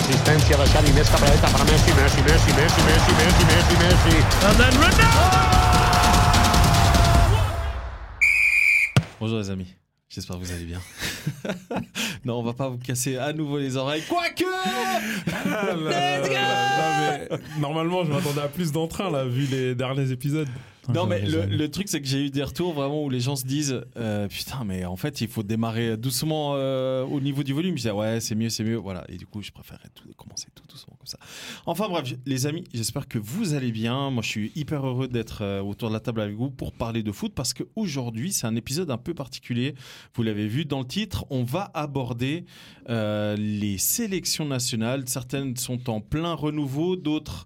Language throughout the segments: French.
Asistencia de Xavi, més cap a la dreta per Messi. And then Ronaldo! Bonjour les amis, j'espère que vous allez bien. Non, on va pas vous casser à nouveau les oreilles, quoique. Normalement, je m'attendais à plus d'entrain là, vu les derniers épisodes. Non mais le truc c'est que j'ai eu des retours vraiment où les gens se disent putain mais en fait il faut démarrer doucement au niveau du volume. Je disais ouais c'est mieux voilà, et du coup je préférais commencer tout doucement comme ça. Enfin bref les amis, j'espère que vous allez bien. Moi je suis hyper heureux d'être autour de la table avec vous pour parler de foot, parce qu'aujourd'hui c'est un épisode un peu particulier. Vous l'avez vu dans le titre, on va aborder les sélections nationales. Certaines sont en plein renouveau, d'autres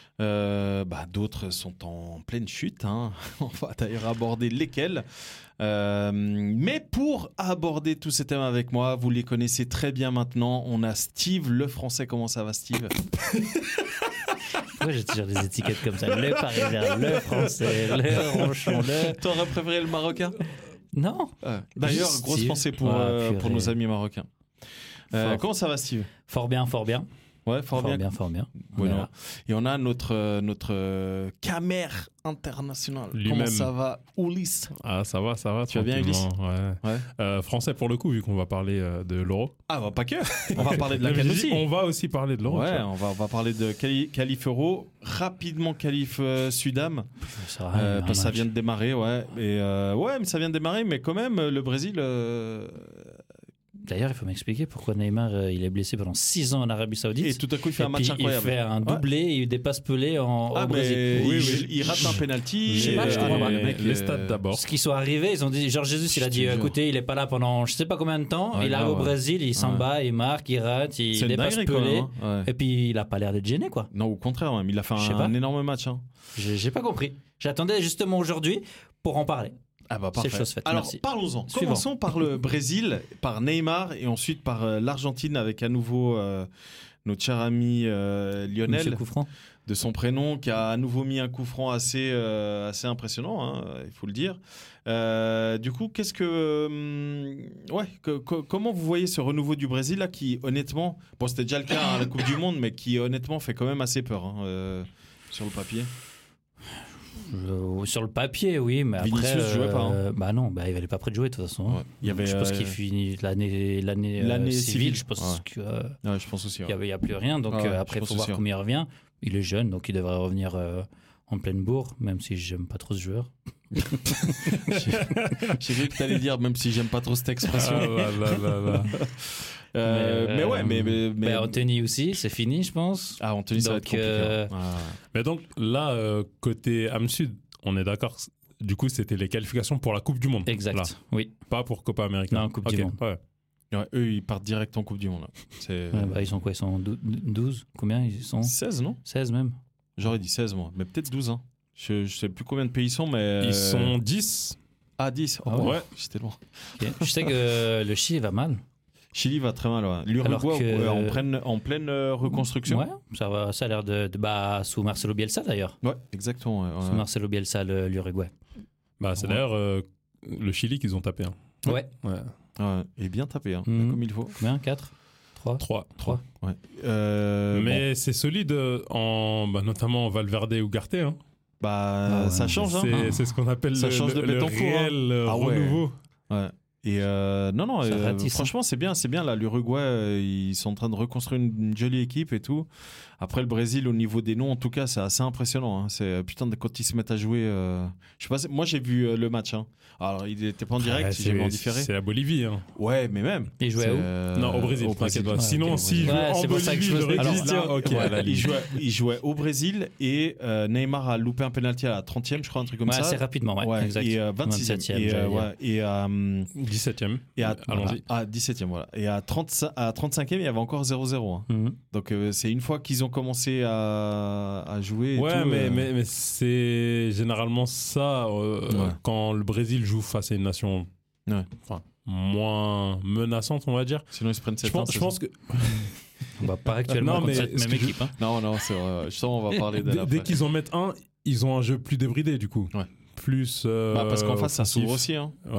sont en pleine chute, hein. On va d'ailleurs aborder lesquels. Mais pour aborder tous ces thèmes avec moi, vous les connaissez très bien maintenant. On a Steve, le français. Comment ça va, Steve? Pourquoi j'ai toujours des étiquettes comme ça? Le parisien, le français, le ronchon, le... T'aurais préféré le marocain? Non. D'ailleurs, Juste grosse Steve. pensée pour nos amis marocains. Comment ça va, Steve? Fort bien. Ouais, fort bien. Voilà. Et on a notre Camer international. Lui-même. Comment ça va, Ulysse? Ah, ça va. Tu vas bien, Ulysse? Ouais. Français pour le coup, vu qu'on va parler de l'Euro. Ah, bah, pas que. On va parler de la Mais CAN j'ai dit, aussi. on va aussi parler de l'Euro. Ouais, tu vois. on va parler de qualif Euro. Rapidement, qualif Sudam. Ça, Parce que ça vient de démarrer, ouais. Et mais ça vient de démarrer, mais quand même, le Brésil. D'ailleurs, il faut m'expliquer pourquoi Neymar il est blessé pendant 6 ans en Arabie Saoudite. Et tout à coup, il fait Et un match puis, incroyable. Il fait un doublé et il dépasse Pelé au Brésil. Il rate un penalty. Je sais pas, je comprends pas. Le mec, les stats d'abord. Ce qu'ils sont arrivés, ils ont dit, genre Jésus, il a dit, écoutez, il est pas là pendant je sais pas combien de temps. Ouais, il arrive au Brésil, il s'en bat, il marque, il rate, C'est il une dépasse dinguerie, Pelé. quand même, hein. Ouais. Et puis il a pas l'air d'être gêné, quoi. Non, au contraire, même. Il a fait Je sais pas. un énorme match. Hein. J'ai pas compris. J'attendais justement aujourd'hui pour en parler. Ah bah parfait. C'est chose faite. Alors Merci. parlons-en. Suivant. Commençons par le Brésil, par Neymar, et ensuite par l'Argentine avec à nouveau notre cher ami Lionel, Monsieur Couffran. de son prénom, qui a à nouveau mis un coup franc assez impressionnant, hein, il faut le dire. Du coup, comment vous voyez ce renouveau du Brésil là, qui honnêtement, bon c'était déjà le cas à la Coupe du Monde, mais qui honnêtement fait quand même assez peur sur le papier. Sur le papier, oui, mais Vinicius après. jouait pas, hein. Bah non, il n'allait pas prêt de jouer de toute façon. Ouais. Il y avait, je pense qu'il finit l'année civile. Je pense Ouais, je pense aussi. qu'il n'y a plus rien. Donc Ouais, après, je il pense faut voir aussi, comment il revient. Il est jeune, donc il devrait revenir en pleine bourre, même si j'aime pas trop ce joueur. J'ai vu que tu allais dire, même si j'aime pas trop cette expression. Mais Anthony aussi, c'est fini, je pense. Ah, Anthony, ça va être Donc, compliqué. Mais donc là, côté Am Sud, on est d'accord. Du coup, c'était les qualifications pour la Coupe du Monde. Exact, Là. oui. Pas pour Copa América. Non, Coupe du Monde. Ouais. Ouais, eux, ils partent direct en Coupe du Monde. Là. C'est Ils sont quoi? Ils sont 12? Combien ils sont? 16, non? 16 même. J'aurais dit 16, moi. Mais peut-être 12. Hein. Je sais plus combien de pays ils sont, mais... Ils sont 10. Ah, 10. Ah ouais. J'étais loin. Ok. Je sais que le Chili va mal. Chili va très mal. Ouais. L'Uruguay que- en pleine reconstruction. Ouais, ça a l'air de sous Marcelo Bielsa d'ailleurs. Ouais, exactement. Ouais. Sous Marcelo Bielsa, l'Uruguay. Bah, c'est Ouais. d'ailleurs le Chili qu'ils ont tapé. Hein. Ouais. Ouais, et bien tapé, hein, Mhm. comme il faut. Combien? 4? 3? 3. Ouais. Mais c'est solide, notamment Valverde et Ugarte. Hein. Bah, ouais, ça change. Hein. C'est ce qu'on appelle Ça change de le Betancourt, réel Ah ouais. renouveau. Ouais. Et non, Ça ratisse, franchement, c'est bien là. L'Uruguay, ils sont en train de reconstruire une jolie équipe et tout. Après, le Brésil, au niveau des noms, en tout cas, c'est assez impressionnant. Hein. C'est putain, quand ils se mettent à jouer. Je sais pas, moi, j'ai vu le match. Hein. Alors, il était pas en direct, Ouais, j'ai vu en différé. C'est la Bolivie. Hein. Ouais, mais même. Il jouait C'est, où Non, au Brésil. Au Brésil. t'inquiète pas. Ouais, Sinon, ok, s'il joue ouais, en c'est pour ça que Bolivie, je j'aurais pose dit, la question. ok, à la limite. il jouait au Brésil et Neymar a loupé un penalty à la 30e, je crois, un truc comme Ouais, ça. assez rapidement, ouais. Exact. Et 26e. 27e, Et, j'allais dire. ouais, et 17e. allons-y. À 17e, voilà. Et à 35e, il y avait encore 0-0. Hein. Mhm. Donc, c'est une fois qu'ils ont commencé à jouer. Et Ouais, tout, mais c'est généralement ça quand le Brésil joue face à une nation moins menaçante, on va dire. Sinon, ils se prennent 7 Je pense que Pas actuellement Non, contre mais cette ce même que équipe. Hein. Non, c'est vrai. Je sens on va parler de dès qu'ils en mettent un, ils ont un jeu plus débridé du coup. Ouais. Plus. Parce qu'en face, ça offensif. s'ouvre aussi. Hein. Ouais.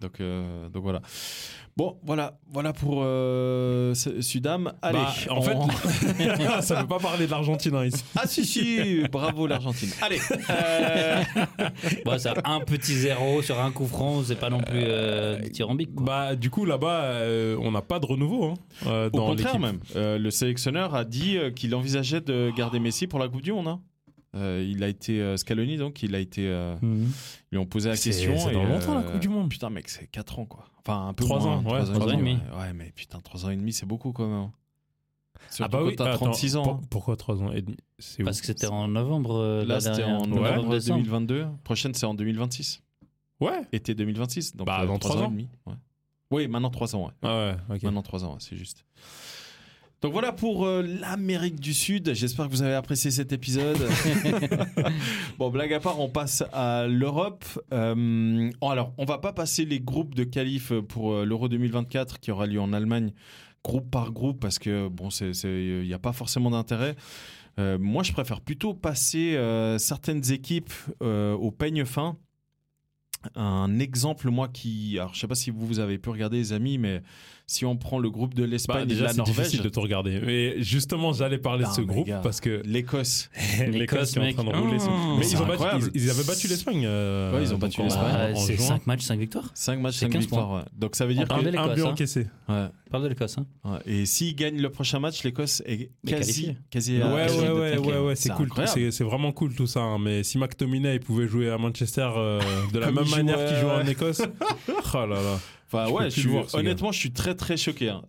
Donc voilà. Bon, voilà pour Sudam. Allez, En fait, ça ne veut pas parler de l'Argentine hein, ici. Ah si, bravo l'Argentine. Allez. Bon, ça un petit 0 sur un coup franc, c'est pas non plus dithyrambique. Quoi. Bah, du coup, là-bas, on n'a pas de renouveau hein, Au dans contraire l'équipe. même. Le sélectionneur a dit qu'il envisageait de garder Messi pour la Coupe du Monde. Hein. Il a été Scaloni, donc il a été. Ils lui ont posé la question. C'est dans longtemps la Coupe du Monde. Putain, mec, c'est 4 ans quoi. Enfin, un peu 3 moins. ans, ouais, 3 ans 3 ans et demi. Ouais, mais putain, 3 ans et demi, c'est beaucoup quand même. Surtout bah oui, quand t'as 36 ans. Pourquoi 3 ans et demi C'est Parce que c'était en novembre. Là, c'était en novembre, novembre décembre. 2022. Prochaine, c'est en 2026. Ouais. Été 2026. Donc, Bah, dans 3 ans. et demi. Ouais. Oui, maintenant 3 ans. Ouais. Ah ouais, ok. Maintenant 3 ans, ouais, c'est juste. Donc voilà pour l'Amérique du Sud. J'espère que vous avez apprécié cet épisode. Bon, blague à part, on passe à l'Europe. Alors, on va pas passer les groupes de qualif pour l'Euro 2024 qui aura lieu en Allemagne, groupe par groupe, parce que bon, il n'y a pas forcément d'intérêt. Moi, je préfère plutôt passer certaines équipes au peigne fin. Un exemple, moi, alors je sais pas si vous avez pu regarder, les amis, mais si on prend le groupe de l'Espagne et de déjà, la c'est Norvège, difficile de tout regarder. Mais justement, j'allais parler de ce mais groupe gars, parce que l'Écosse, l'Écosse qui est en train de mec. rouler. Oh. Mais C'est incroyable. ils avaient battu l'Espagne. Ouais, ils ont battu donc, l'Espagne. en C'est juin. 5 matchs, 5 victoires. 5 matchs, C'est 5 15 victoires. points. Ouais. Donc ça veut dire On parle que de Un l'Écosse, but hein. encaissé. ouais, Parle de l'Écosse. Hein. ouais. Et s'ils gagnent le prochain match, l'Écosse est Mais qualifiée. quasi Ouais, quasi de qualifier. ouais, c'est cool. incroyable. C'est vraiment cool tout ça. hein. Mais si McTominay pouvait jouer à Manchester de la Comme même il manière joue, qu'il joue en Écosse, oh là là. Enfin, Je peux ouais, plus le voir, ce honnêtement, je suis très très choqué. Hein.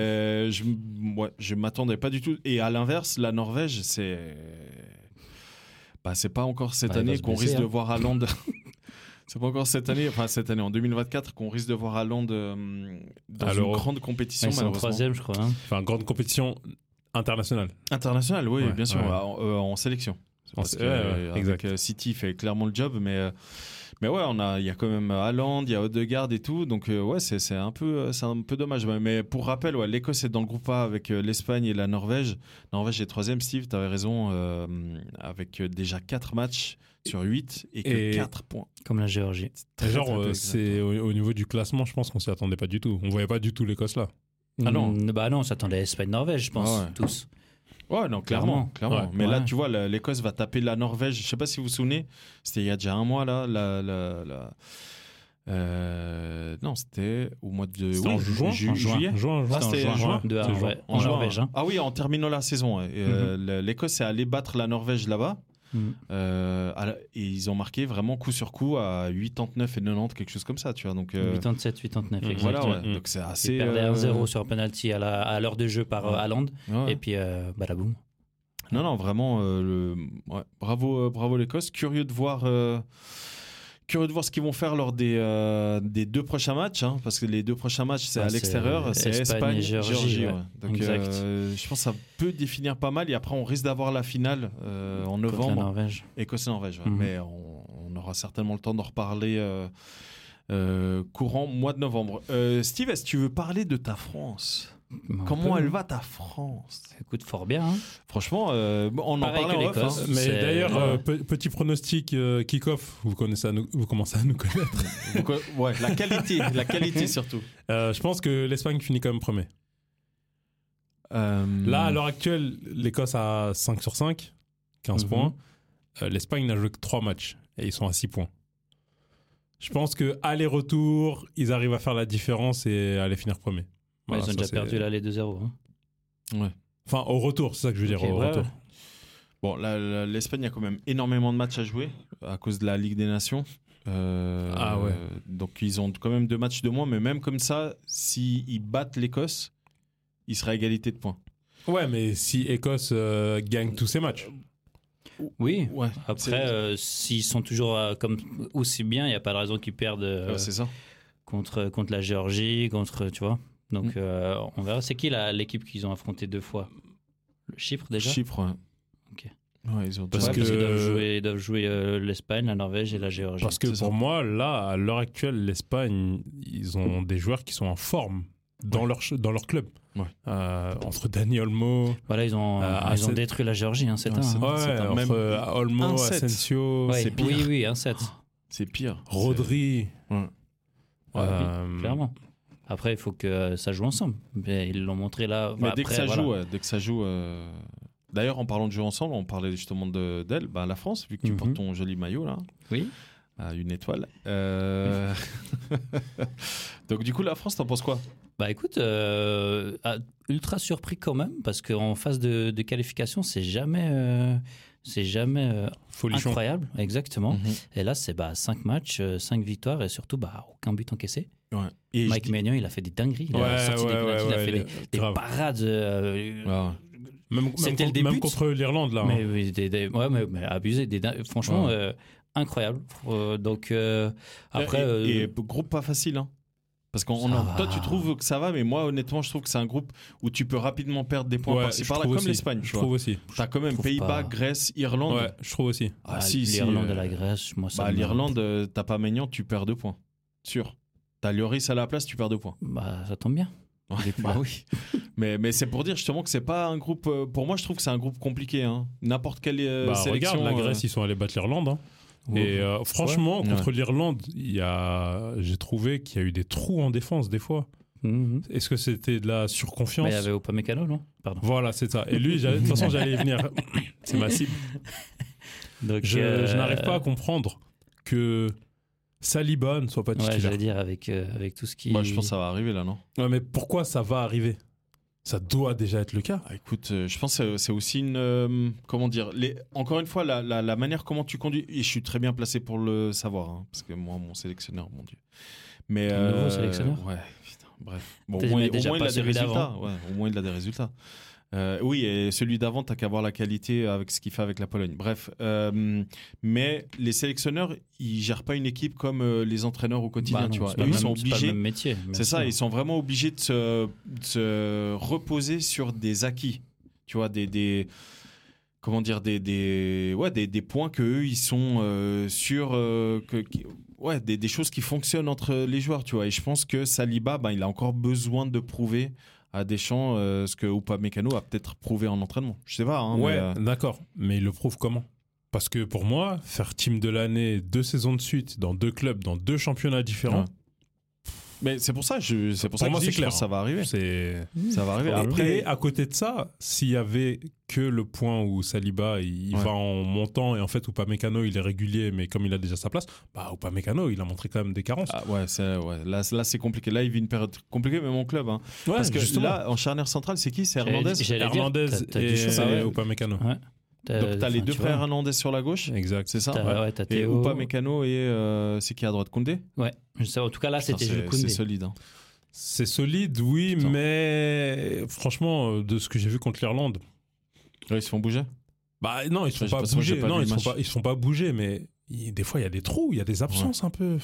Je m'attendais pas du tout. Et à l'inverse, la Norvège, c'est pas encore cette Bah, il va année se qu'on blesser, risque de hein. voir Haaland. C'est pas encore cette année, en 2024, qu'on risque de voir Haaland dans À une l'Euro. grande compétition, Ils sont malheureusement. 3ème, je crois. Hein. Enfin, grande compétition internationale. International, oui, Ouais, bien sûr, ouais. en sélection. Parce que, avec exact. City il fait clairement le job, mais ouais, il y a quand même Haaland, il y a Odegaard et tout, donc ouais, c'est un peu dommage. Mais pour rappel, ouais, l'Écosse est dans le groupe A avec l'Espagne et la Norvège. La Norvège est 3ème, Steve, t'avais raison, avec déjà 4 matchs sur 8 et que 4 points. Comme la Géorgie. Très, Genre, très peu c'est au niveau du classement, je pense qu'on s'y attendait pas du tout. On voyait pas du tout l'Écosse là. Ah non. Bah non, on s'attendait à Espagne-Norvège, je pense, Ah ouais. tous. Ouais, non, clairement. Ouais. Mais là, Ouais. tu vois, l'Écosse va taper la Norvège. Je sais pas si vous vous souvenez, c'était il y a déjà un mois là. Non, c'était au mois de C'était en juin, juillet. Juin. C'était en juin. De C'est ouais, En en juin. Norvège. Hein. Ah oui, en terminant la saison. Ouais. Et, l'Écosse est allé battre la Norvège là-bas. Mhm. Et ils ont marqué vraiment coup sur coup à 89 et 90, quelque chose comme ça, tu vois. Donc 87, 89, exact. voilà, ouais. ouais. Donc c'est Ils assez. perdaient 1-0 sur penalty à l'heure de jeu par Ouais. Haaland. Ouais. Et puis, balaboum. Non, vraiment, ouais. Bravo l'Écosse. Curieux de voir ce qu'ils vont faire lors des 2 prochains matchs, hein, parce que les 2 prochains matchs, c'est Ah, à l'extérieur, c'est c'est Espagne Espagne, et Géorgie, ouais. Donc, Exact. je pense que ça peut définir pas mal. Et après, on risque d'avoir la finale en Contre la novembre, Norvège. Écosse-Norvège. Ouais. Mhm. Mais on aura certainement le temps d'en reparler courant mois de novembre. Steve, est-ce que tu veux parler de ta France ? Comment elle va, ta France ? Écoute, fort bien. Hein. Franchement, on en Pareil parlait que en off. l'Écosse. Hein. Mais C'est- d'ailleurs, ouais. petit pronostic kick-off, vous commencez à nous connaître. Ouais, la qualité surtout. Je pense que l'Espagne finit quand même premier. Là, à l'heure actuelle, l'Écosse a 5 sur 5, 15 Mhm. points. L'Espagne n'a joué que 3 matchs et ils sont à 6 points. Je pense que aller-retour, ils arrivent à faire la différence et à les finir premier. Ouais, Voilà, ils ont ça, déjà c'est- perdu là les 2-0. Hein. Ouais. Enfin, au retour, c'est ça que je veux dire, Ok, au ouais, retour. ouais. Bon, l'Espagne a quand même énormément de matchs à jouer à cause de la Ligue des Nations. Ah ouais. Donc ils ont quand même 2 matchs de moins, mais même comme ça, s'ils battent l'Écosse, ils seraient à égalité de points. Ouais, mais si Écosse gagne tous ses matchs. Oui. Ouais. Après, s'ils sont toujours comme aussi bien, il n'y a pas de raison qu'ils perdent c'est ça. contre la Géorgie, tu vois. Donc, Mm. on verra. C'est qui l'équipe qu'ils ont affronté 2 fois? Le Chypre déjà. Chypre. Ouais. Ok. Ouais, ils ont Parce Ouais, que- parce qu'ils doivent jouer l'Espagne, la Norvège et la Géorgie. Parce que C'est ça. pour moi, là, à l'heure actuelle, l'Espagne, ils ont des joueurs qui sont en forme dans leur club. Ouais. Entre Dani Olmo, Voilà, ils ont Asensio. détruit la Géorgie, hein, c'est Ouais, un. c'est- Hein. entre même Olmo, 1-7. Asensio, Ouais, c'est pire. oui, 1-7. C'est pire. Rodri. Ouais. Oui, clairement. Après, il faut que ça joue ensemble. Mais ils l'ont montré là. Mais après, dès que ça joue. D'ailleurs, en parlant de jouer ensemble, on parlait justement d'elle. Bah, la France, vu que tu portes ton joli maillot là. Oui. Une étoile. Donc du coup, la France, t'en penses quoi? Bah écoute, ultra surpris quand même, parce qu'en phase de qualification, c'est jamais incroyable. Exactement. Et là, c'est 5 matchs, 5 victoires et surtout aucun but encaissé. Ouais. Et Mike Maignan, il a fait des dingueries. Il a sorti des penaltys, il a fait des parades. C'était le début. Même contre l'Irlande, là. Mais abusé. Franchement, incroyable. Donc, après. Et groupe pas facile, hein. Parce que toi, tu trouves que ça va, mais moi, honnêtement, je trouve que c'est un groupe où tu peux rapidement perdre des points par-ci par-là, comme l'Espagne. Je trouve aussi. T'as quand même Pays-Bas, Grèce, Irlande. Ouais, je trouve aussi. L'Irlande et la Grèce, moi, ça. L'Irlande, t'as pas Maignan, tu perds 2 points. Sûr. T'as Lloris à la place, tu perds 2 points. Ça tombe bien. Oui. mais c'est pour dire justement que c'est pas un groupe. Pour moi, je trouve que c'est un groupe compliqué. Hein. N'importe quelle sélection. Regarde, la Grèce, ils sont allés battre l'Irlande. Hein. Et franchement, contre l'Irlande, j'ai trouvé qu'il y a eu des trous en défense des fois. Est-ce que c'était de la surconfiance? Il y avait Upamecano, non? Pardon. Voilà, c'est ça. Et lui, de toute façon, j'allais y venir. C'est ma cible. Donc, je n'arrive pas à comprendre que Saliba ne soit pas titulaire. J'allais dire avec tout ce qui. Je pense que ça va arriver là, non? Ouais, mais pourquoi ça va arriver? Ça doit déjà être le cas. Écoute, je pense que c'est aussi une... comment dire, encore une fois, la manière comment tu conduis, et je suis très bien placé pour le savoir, hein, parce que moi, mon sélectionneur, mon Dieu. Mais, nouveau sélectionneur? Ouais, putain, bref. Bon, au moins, il a des résultats. Ouais, au moins, il a des résultats. Oui, et celui d'avant, t'as qu'à voir la qualité avec ce qu'il fait avec la Pologne. Bref, mais les sélectionneurs, ils gèrent pas une équipe comme les entraîneurs au quotidien, tu vois. Ils sont obligés. C'est pas le même métier. C'est ça, ils sont vraiment obligés de se reposer sur des acquis, tu vois, comment dire, des points que eux ils sont sûrs des choses qui fonctionnent entre les joueurs, tu vois. Et je pense que Saliba, il a encore besoin de prouver à Deschamps ce que Upamecano a peut-être prouvé en entraînement. Je sais pas. Hein, d'accord. Mais il le prouve comment? Parce que pour moi, faire team de l'année 2 saisons de suite dans 2 clubs, dans 2 championnats différents. Mais c'est pour ça, je dis clair, je pense que ça va arriver. Ça va arriver. Après, à côté de ça, s'il y avait que le point où Saliba il va en montant et en fait Upamecano il est régulier, mais comme il a déjà sa place, Upamecano il a montré quand même des carences. Là c'est compliqué. Là il vit une période compliquée, même en club. Hein. Parce que justement, là en charnière centrale, c'est qui? C'est Hernandez et Upamecano. Ouais. Donc t'as les 2 frères Hernandez sur la gauche. Exact. C'est ça. T'as et Théo. Upamecano et c'est qui à droite? Koundé. Ouais. Je sais, en tout cas là c'était Jules Koundé. C'est solide. Hein. C'est solide, oui. Putain. Mais franchement, de ce que j'ai vu contre l'Irlande, ils se font bouger. Non, ils se font pas bouger. Non, ils se font pas bouger. Mais des fois il y a des trous, il y a des absences un peu.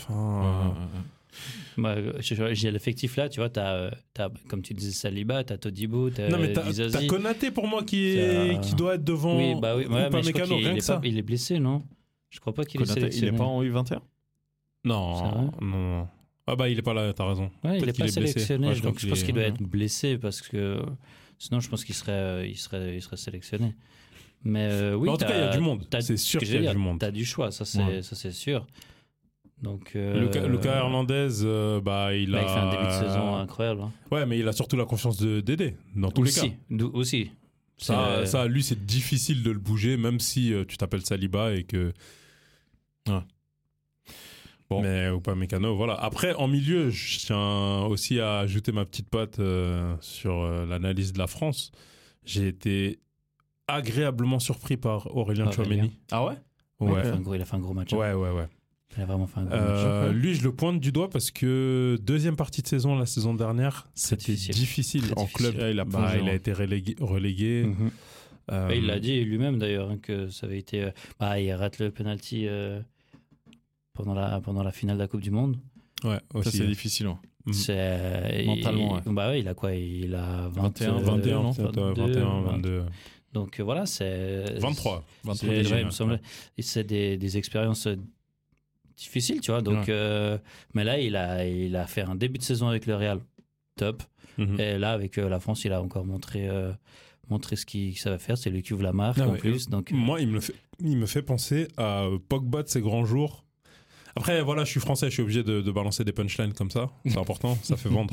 J'ai l'effectif là, tu vois, t'as comme tu disais Saliba, t'as Todibo, t'as Dizazi. T'as Konaté pour moi qui doit être devant. Oui, mais je crois qu'il est blessé, non? Je crois pas qu'il est sélectionné. Il est pas en U21? Non. Il est pas là, t'as raison. Ouais, il est pas sélectionné, je donc je pense qu'il doit être blessé parce que sinon je pense qu'il serait sélectionné. Mais oui, en tout cas, il y a du monde. C'est sûr qu'il y a du monde. T'as du choix, ça c'est sûr. Donc, Lucas Hernandez, il a fait un début de saison incroyable. Hein. Ouais, mais il a surtout la confiance de Dédé, dans tous les cas. Aussi. Ça, lui, c'est difficile de le bouger, même si tu t'appelles Saliba et que... Ouais. Bon. Mais Upamecano, voilà. Après, en milieu, je tiens aussi à ajouter ma petite patte sur l'analyse de la France. J'ai été agréablement surpris par Aurélien Tchouaméni. Ah ouais? Ouais. Il a fait un gros match. Ouais. Il a vraiment fait un gros match. Lui, je le pointe du doigt parce que deuxième partie de saison, la saison dernière, c'était difficile en club. Il a été relégué. Il l'a dit lui-même d'ailleurs, que ça avait été... il rate le penalty pendant la finale de la Coupe du Monde. Ouais, aussi. Ça, c'est difficile. Hein. Mentalement, ouais. Il a quoi? Il a 21, 22. Donc voilà, c'est... 23 il me semble. Et c'est des expériences difficiles, tu vois. Donc, mais là, il a fait un début de saison avec le Real. Top. Et là, avec la France, il a encore montré ce qu'il savait faire. C'est lui qui ouvre la marque en plus. Donc, moi, il me fait penser à Pogba de ses grands jours Après, voilà, je suis français, je suis obligé de balancer des punchlines comme ça. C'est important, ça fait vendre.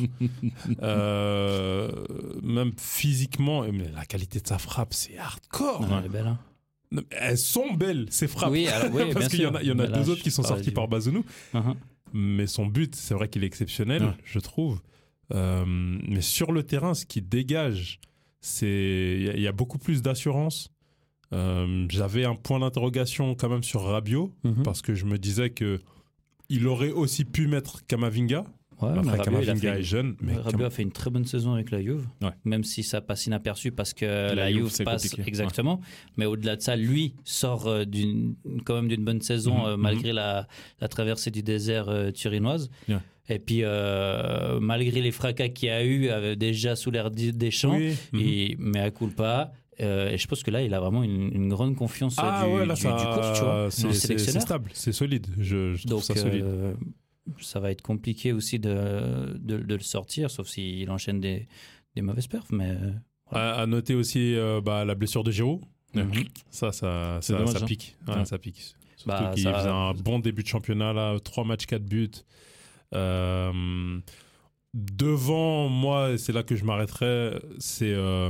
Même physiquement, mais la qualité de sa frappe, c'est hardcore. Non, elle est belle, hein. Non, mais elles sont belles, ces frappes. Oui, alors, oui, parce bien qu'il sûr. y en a Mais là, deux je autres qui sont sais pas, sortis par Bazounou. Uh-huh. Mais son but, c'est vrai qu'il est exceptionnel, je trouve. Mais sur le terrain, ce qui dégage, il y a beaucoup plus d'assurance. J'avais un point d'interrogation quand même sur Rabiot, parce que je me disais que il aurait aussi pu mettre Kamavinga. Ouais, mais Après, Rabiot, Kamavinga est jeune. Mais Rabiot a fait une très bonne saison avec la Juve, Ouais. même si ça passe inaperçu parce que la Juve, Juve c'est passe compliqué. exactement. Mais au-delà de ça, lui sort quand même d'une bonne saison malgré la traversée du désert turinoise. Ouais. Et puis malgré les fracas qu'il y a eu déjà sous l'ère Deschamps, mais à culpa. Et je pense que là, il a vraiment une grande confiance du coach, tu vois, du sélectionneur. C'est stable, c'est solide. Je trouve Donc, ça solide. Ça va être compliqué aussi de le sortir, sauf s'il enchaîne des mauvaises perfs. Mais À noter aussi la blessure de Giroud. Ça dommage, hein. pique. Ouais. Ça pique. Surtout qu'il faisait un bon début de championnat, là, 3 matchs, 4 buts. Devant moi, c'est là que je m'arrêterai, c'est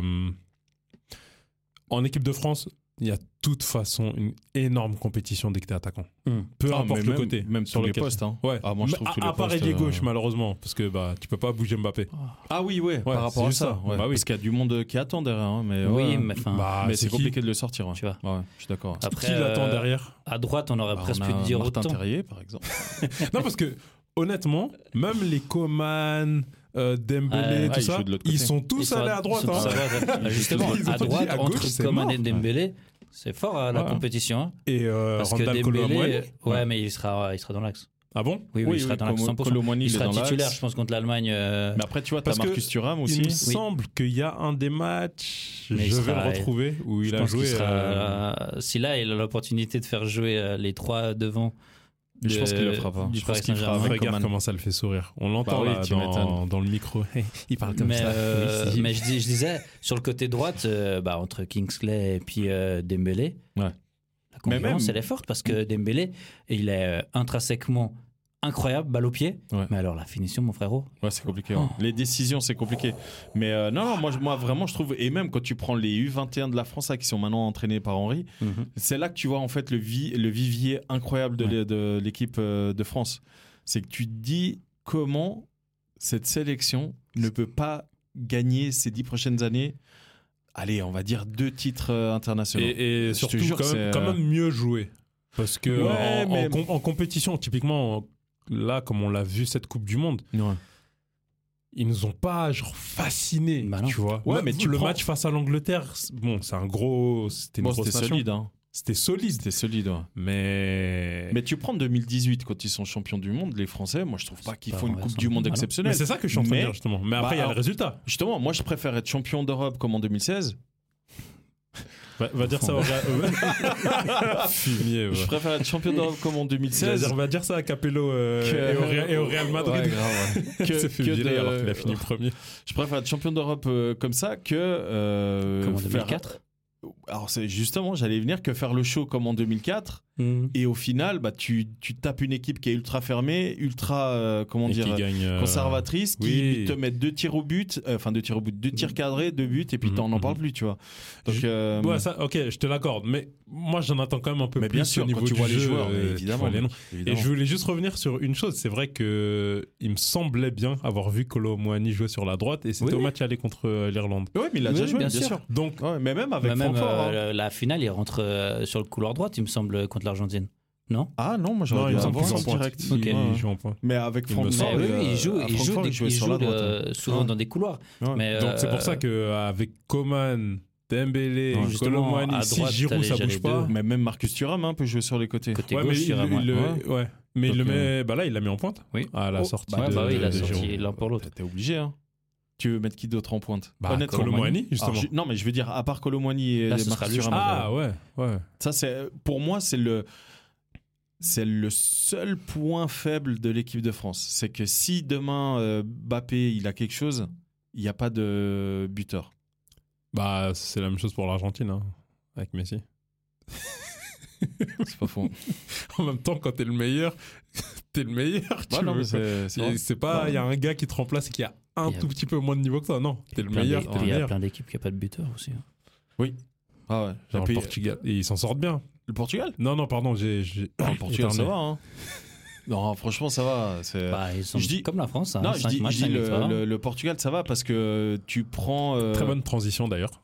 en équipe de France, il y a de toute façon une énorme compétition dès que tu es attaquant. Peu importe le côté. Même sur les postes. Hein. Ouais. Ah, moi, je trouve tous les à part postes, ailier gauche, malheureusement, parce que tu peux pas bouger Mbappé. Ah oui, ouais, par rapport c'est à juste ça. ça. Ouais. Bah oui. Parce qu'il y a du monde qui attend derrière. Hein, mais oui, mais enfin, mais c'est compliqué de le sortir. Ouais. tu vois. Ouais, je suis d'accord. Après, Qui l'attend derrière? À droite, on aurait presque on pu a dire Martin autant. Terrier, par exemple. Non, parce que honnêtement, même les Coman, Dembélé, tout ils ça, jouent de l'autre côté. ils sont tous allés à droite. Hein. Justement, Ils ont à dit droite, à gauche, entre c'est Coman mort. et Dembélé, c'est fort la Ouais. compétition. Hein. Et Parce que Randal Dembélé, Colomwani. mais il sera dans l'axe. Ah bon? Oui, il sera dans l'axe 100%. Colomwani, Il il est sera dans l'axe. titulaire, je pense, contre l'Allemagne. Mais après, tu vois, t'as Parce que Marcus Thuram aussi. Il me semble qu'il y a un des matchs, Mais il je vais sera- le retrouver, où il Je a pense joué. qu'il sera, si là, il a l'opportunité de faire jouer les trois devant. Je pense qu'il le fera pas. Du Je pense Paris qu'il fera Saint-Germain. avec Regarde Coman. comment ça le fait sourire. On l'entend Bah oui, là, tu m'étonnes. dans le micro. Il parle comme Mais, ça. Oui, mais je disais, sur le côté droite, entre Kingsley et puis Dembélé, Ouais. la concurrence, Mais même- elle est forte parce que Dembélé, il est intrinsèquement incroyable, balle au pied. Ouais. Mais alors, la finition, mon frérot. Ouais, c'est compliqué. Ouais. Les décisions, c'est compliqué. Mais non, moi, vraiment, je trouve. Et même quand tu prends les U21 de la France, là, qui sont maintenant entraînés par Henry, c'est là que tu vois en fait le vivier incroyable de l'équipe de France. C'est que tu te dis comment cette sélection ne peut pas gagner ces 10 prochaines années. Allez, on va dire 2 titres internationaux. Et Je te surtout, jure, quand même mieux joué. Parce que Ouais, mais- en compétition, typiquement, là, comme on l'a vu cette Coupe du Monde, Ouais. ils nous ont pas fascinés, Bah non. tu vois. Ouais, Même mais tu le prends- match face à l'Angleterre, c'était une Bon, grosse c'était nation. solide. Hein. C'était solide. C'était solide. Ouais. Mais tu prends 2018 quand ils sont champions du monde, les Français, moi je trouve pas qu'ils pas font une renversant. Coupe du monde Ah non. exceptionnelle. Mais c'est ça que je suis en train de Mais- dire justement. Mais après, il y a alors- le résultat. Justement, moi je préfère être champion d'Europe comme en 2016. Va dire ça au Fumier, Je préfère être champion d'Europe comme en 2016. Va dire ça à Capello et au Real Madrid. Ouais, grave, ouais. Il s'est fait virer alors qu'il a fini premier. Je préfère être champion d'Europe comme ça que Comme en faire- 2004. Alors c'est justement, j'allais venir que faire le show comme en 2004. Et au final, tu tapes une équipe qui est ultra fermée, ultra Et qui gagne, conservatrice, qui oui. te met 2 tirs au but, 2 tirs cadrés, 2 buts, et puis t'en n'en parles plus, tu vois. Donc, Ouais, ça, ok, je te l'accorde. Mais moi, j'en attends quand même un peu mais plus bien sûr, au niveau quand tu du vois les jeu, joueurs, tu évidemment. vois les noms. évidemment. Et je voulais juste revenir sur une chose. C'est vrai que il me semblait bien avoir vu Colomwani jouer sur la droite, et c'était Oui. au match aller contre l'Irlande. Ouais, mais il a Oui, déjà joué, bien bien sûr. sûr. Donc, Ouais, mais même avec Mais même Francfort. hein. la finale, il rentre sur le couloir droit, il me semble, contre l'Argentine. Non? Ah non, moi non, j'aurais il dû me semble avoir qu'il en joue en direct. pointe. Ok. Il joue en pointe. Mais avec Il me Francfort, semble. Mais oui, il joue, à Francfort, il jouait sur la droite. souvent dans des couloirs. Ouais. Mais, Donc c'est pour ça qu'avec Coman, Dembélé, Ouais, justement, Colomwani, à si droite, Giroud t'as ça déjà bouge les pas. deux. Mais même Marcus Thuram peut jouer sur les côtés. Côté Ouais, gauche, mais il y aura moins. mais il le Donc, met. Bah là, il l'a mis en pointe. Oui. À la Oh, sortie. Ouais, bah oui, il a de sorti Giroud. l'un pour l'autre. T'es obligé, hein. Tu veux mettre qui d'autre en pointe? Bah, Honnêtement, Colomwani, justement. Alors, non, mais je veux dire, à part Colomwani et Là, ce Marcus sera lui, je Thuram. Ah ouais. Ça, pour moi, c'est le seul point faible de l'équipe de France. C'est que si demain, Mbappé, il a quelque chose, il n'y a pas de buteur. Bah c'est la même chose pour l'Argentine, hein, avec Messi. C'est pas faux. En même temps, quand t'es le meilleur, t'es le meilleur. Ouais, non, mais c'est vrai. C'est pas, il y a un gars qui te remplace qui a un tout petit peu moins de niveau que toi. Non, t'es le meilleur. T'es le Il y a meilleur. plein d'équipes qui n'ont pas de buteur aussi. Hein. Ah ouais. Genre Puis, le Portugal. Et ils s'en sortent bien. le Portugal Non, pardon, j'ai Le Portugal, ça éternué. va. Hein. Non, franchement, ça va. Bah, ils sont je dis- comme la France. Hein, Non, je 5 dis, matchs, 5 victoires. le Portugal, ça va parce que tu prends. Très bonne transition d'ailleurs.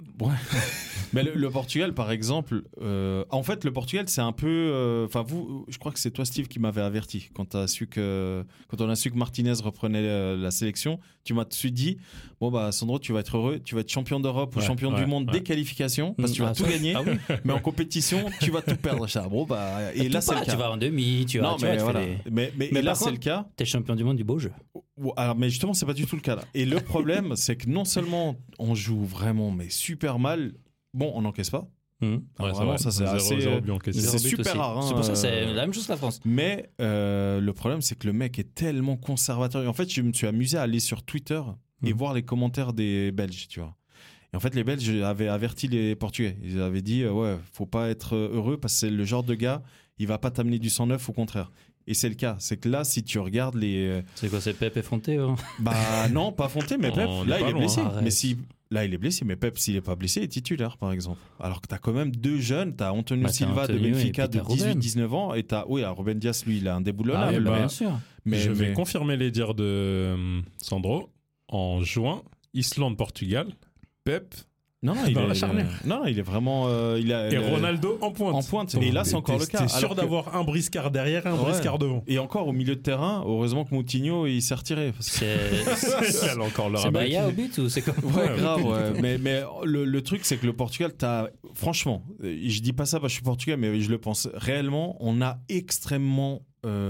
Mais le Portugal, par exemple, en fait, le Portugal, c'est un peu. Enfin, vous, je crois que c'est toi, Steve, qui m'avait averti quand on a su que Martinez reprenait la sélection. Tu m'as tout de suite dit, bon bah Sandro, tu vas être heureux, tu vas être champion d'Europe ou champion du monde des qualifications parce que tu vas tout gagner, mais en compétition, tu vas tout perdre. Ça, bon bah, et là c'est le cas. Tu vas en demi, tu vas. Non, tu mais vas, voilà. Mais Mais là par c'est contre, le cas. T'es champion du monde du beau jeu. Alors, mais justement, c'est pas du tout le cas là. Et le problème, c'est que non seulement on joue vraiment mais super mal. Bon, on n'encaisse pas. Alors vraiment, ça c'est assez. C'est super rare. Hein, c'est pour ça, c'est la même chose que la France. Mais le problème, c'est que le mec est tellement conservateur. Et en fait, je me suis amusé à aller sur Twitter et voir les commentaires des Belges, tu vois. Et en fait, les Belges avaient averti les Portugais. Ils avaient dit, ouais, faut pas être heureux parce que c'est le genre de gars, il va pas t'amener du sang neuf, au contraire. Et c'est le cas. C'est que là, si tu regardes les. C'est quoi, c'est Pep et Fonté Bah non, pas Fonté, mais Pep, là, il est blessé. Arrête. Mais si. Là, il est blessé, mais Pep, s'il n'est pas blessé, il est titulaire, par exemple. Alors que tu as quand même deux jeunes. Tu as Antonio Silva de Benfica de 18-19 ans. Et tu as. Oui, alors Ruben Dias, lui, il a un déboulonnable. Bien sûr. Mais je vais confirmer les dires de Sandro. En juin, Islande-Portugal, Pep. Non, dans la charnière. Non, il est vraiment. Et Ronaldo en pointe. En pointe. Et là, c'est encore le cas. T'es sûr d'avoir un briscard derrière et un briscard devant. Et encore au milieu de terrain, heureusement que Moutinho, il s'est retiré. Parce que... Elle a encore le C'est Bahia au but ou c'est quoi? Ouais, grave, ouais. Mais le truc, c'est que le Portugal, franchement, je dis pas ça parce que je suis portugais, mais je le pense réellement, on a extrêmement.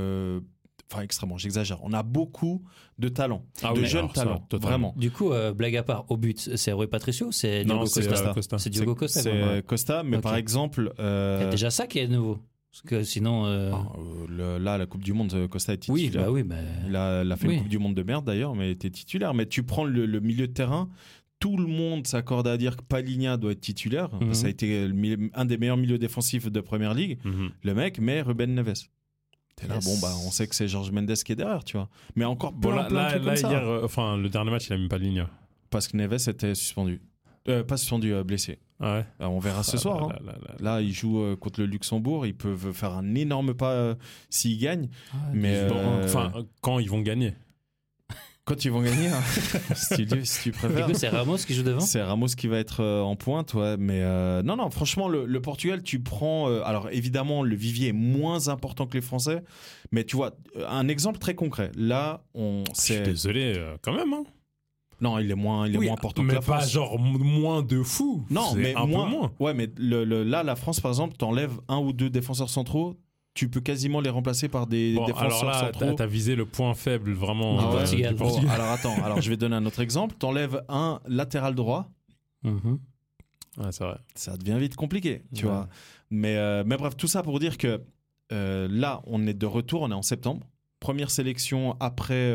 Enfin, extrêmement, j'exagère. On a beaucoup de talents, de jeunes talents, vraiment. Du coup, blague à part, au but, c'est Rui Patricio ou c'est Diogo Costa? C'est Diogo Costa. C'est Costa, mais par exemple. Il y a déjà ça qui est nouveau. Parce que sinon. Là, la Coupe du Monde, Costa est titulaire. Oui, bah. Il a fait une Coupe du Monde de merde d'ailleurs, mais il était titulaire. Mais tu prends le milieu de terrain. Tout le monde s'accorde à dire que Palhinha doit être titulaire. Ça a été un des meilleurs milieux défensifs de Première Ligue. Le mec, mais Ruben Neves. T'es là, bon, bah, on sait que c'est Jorge Mendes qui est derrière, tu vois. Mais encore plein de trucs comme ça. Hier, le dernier match, il a mis pas de ligne. Parce que Neves était suspendu. Pas suspendu, blessé. Ah ouais. Alors, on verra ce soir. Là, il joue contre le Luxembourg. Ils peuvent faire un énorme pas s'ils gagnent. Mais quand ils vont gagner. Quand ils vont gagner, hein. si tu préfères. Du coup, c'est Ramos qui joue devant. C'est Ramos qui va être en pointe, ouais. Mais non, franchement, le Portugal, tu prends. Alors évidemment, le vivier est moins important que les Français, mais tu vois, un exemple très concret. Là, je suis désolé, quand même. Hein. Non, il est moins important que la France. Mais pas genre moins de fou. Non, mais un peu moins. Ouais, mais là, la France, par exemple, t'enlèves un ou deux défenseurs centraux. Tu peux quasiment les remplacer par des défenseurs centraux. T'as visé le point faible vraiment du Portugal. Alors attends, je vais donner un autre exemple. T'enlèves un latéral droit. Ouais, c'est vrai. Ça devient vite compliqué, tu vois. Mais bref, tout ça pour dire que là, on est de retour, on est en septembre. Première sélection après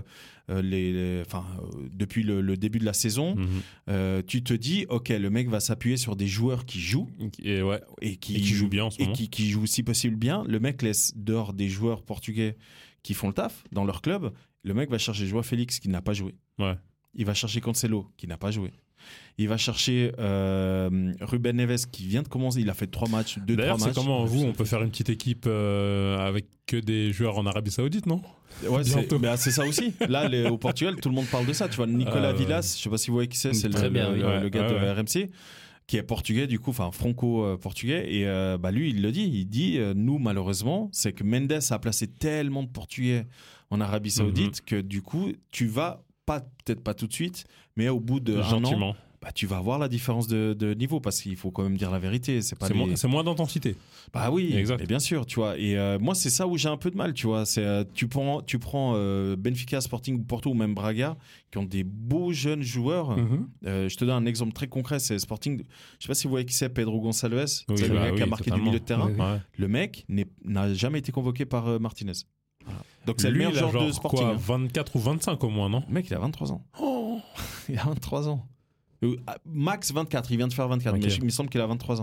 depuis le début de la saison. Tu te dis, ok, le mec va s'appuyer sur des joueurs qui jouent et qui jouent bien en ce moment. Qui jouent si possible bien. Le mec laisse dehors des joueurs portugais qui font le taf dans leur club. Le mec va chercher Joao Félix qui n'a pas joué. Ouais. Il va chercher Cancelo qui n'a pas joué. Il va chercher Ruben Neves qui vient de commencer. Il a fait 3 matchs. D'ailleurs, c'est comment on peut faire une petite équipe avec que des joueurs en Arabie Saoudite, non? Ouais, c'est ça aussi. Là, au Portugal, tout le monde parle de ça. Tu vois, Nicolas Villas, je sais pas si vous voyez qui c'est. C'est le gars de RMC qui est portugais, du coup, enfin franco-portugais. Et lui, il le dit. Il dit, nous, malheureusement, c'est que Mendes a placé tellement de Portugais en Arabie Saoudite que du coup, tu vas peut-être pas tout de suite, mais au bout de un an, tu vas voir la différence de niveau parce qu'il faut quand même dire la vérité. C'est moins d'intensité. Bah oui, exact. Mais bien sûr, tu vois. Et moi, c'est ça où j'ai un peu de mal, tu vois. C'est tu prends Benfica, Sporting, Porto ou même Braga qui ont des beaux jeunes joueurs. Je te donne un exemple très concret, c'est Sporting. Je sais pas si vous voyez qui c'est, Pedro Gonçalves. C'est le mec qui a marqué du milieu de terrain. Le mec n'a jamais été convoqué par Martinez. Voilà. Donc c'est le meilleur joueur de Sporting. Quoi, 24 ou 25 au moins, non? Le mec, il a 23 ans. Il a 23 ans. Max 24, il vient de faire 24, mais il me semble qu'il a 23 ans.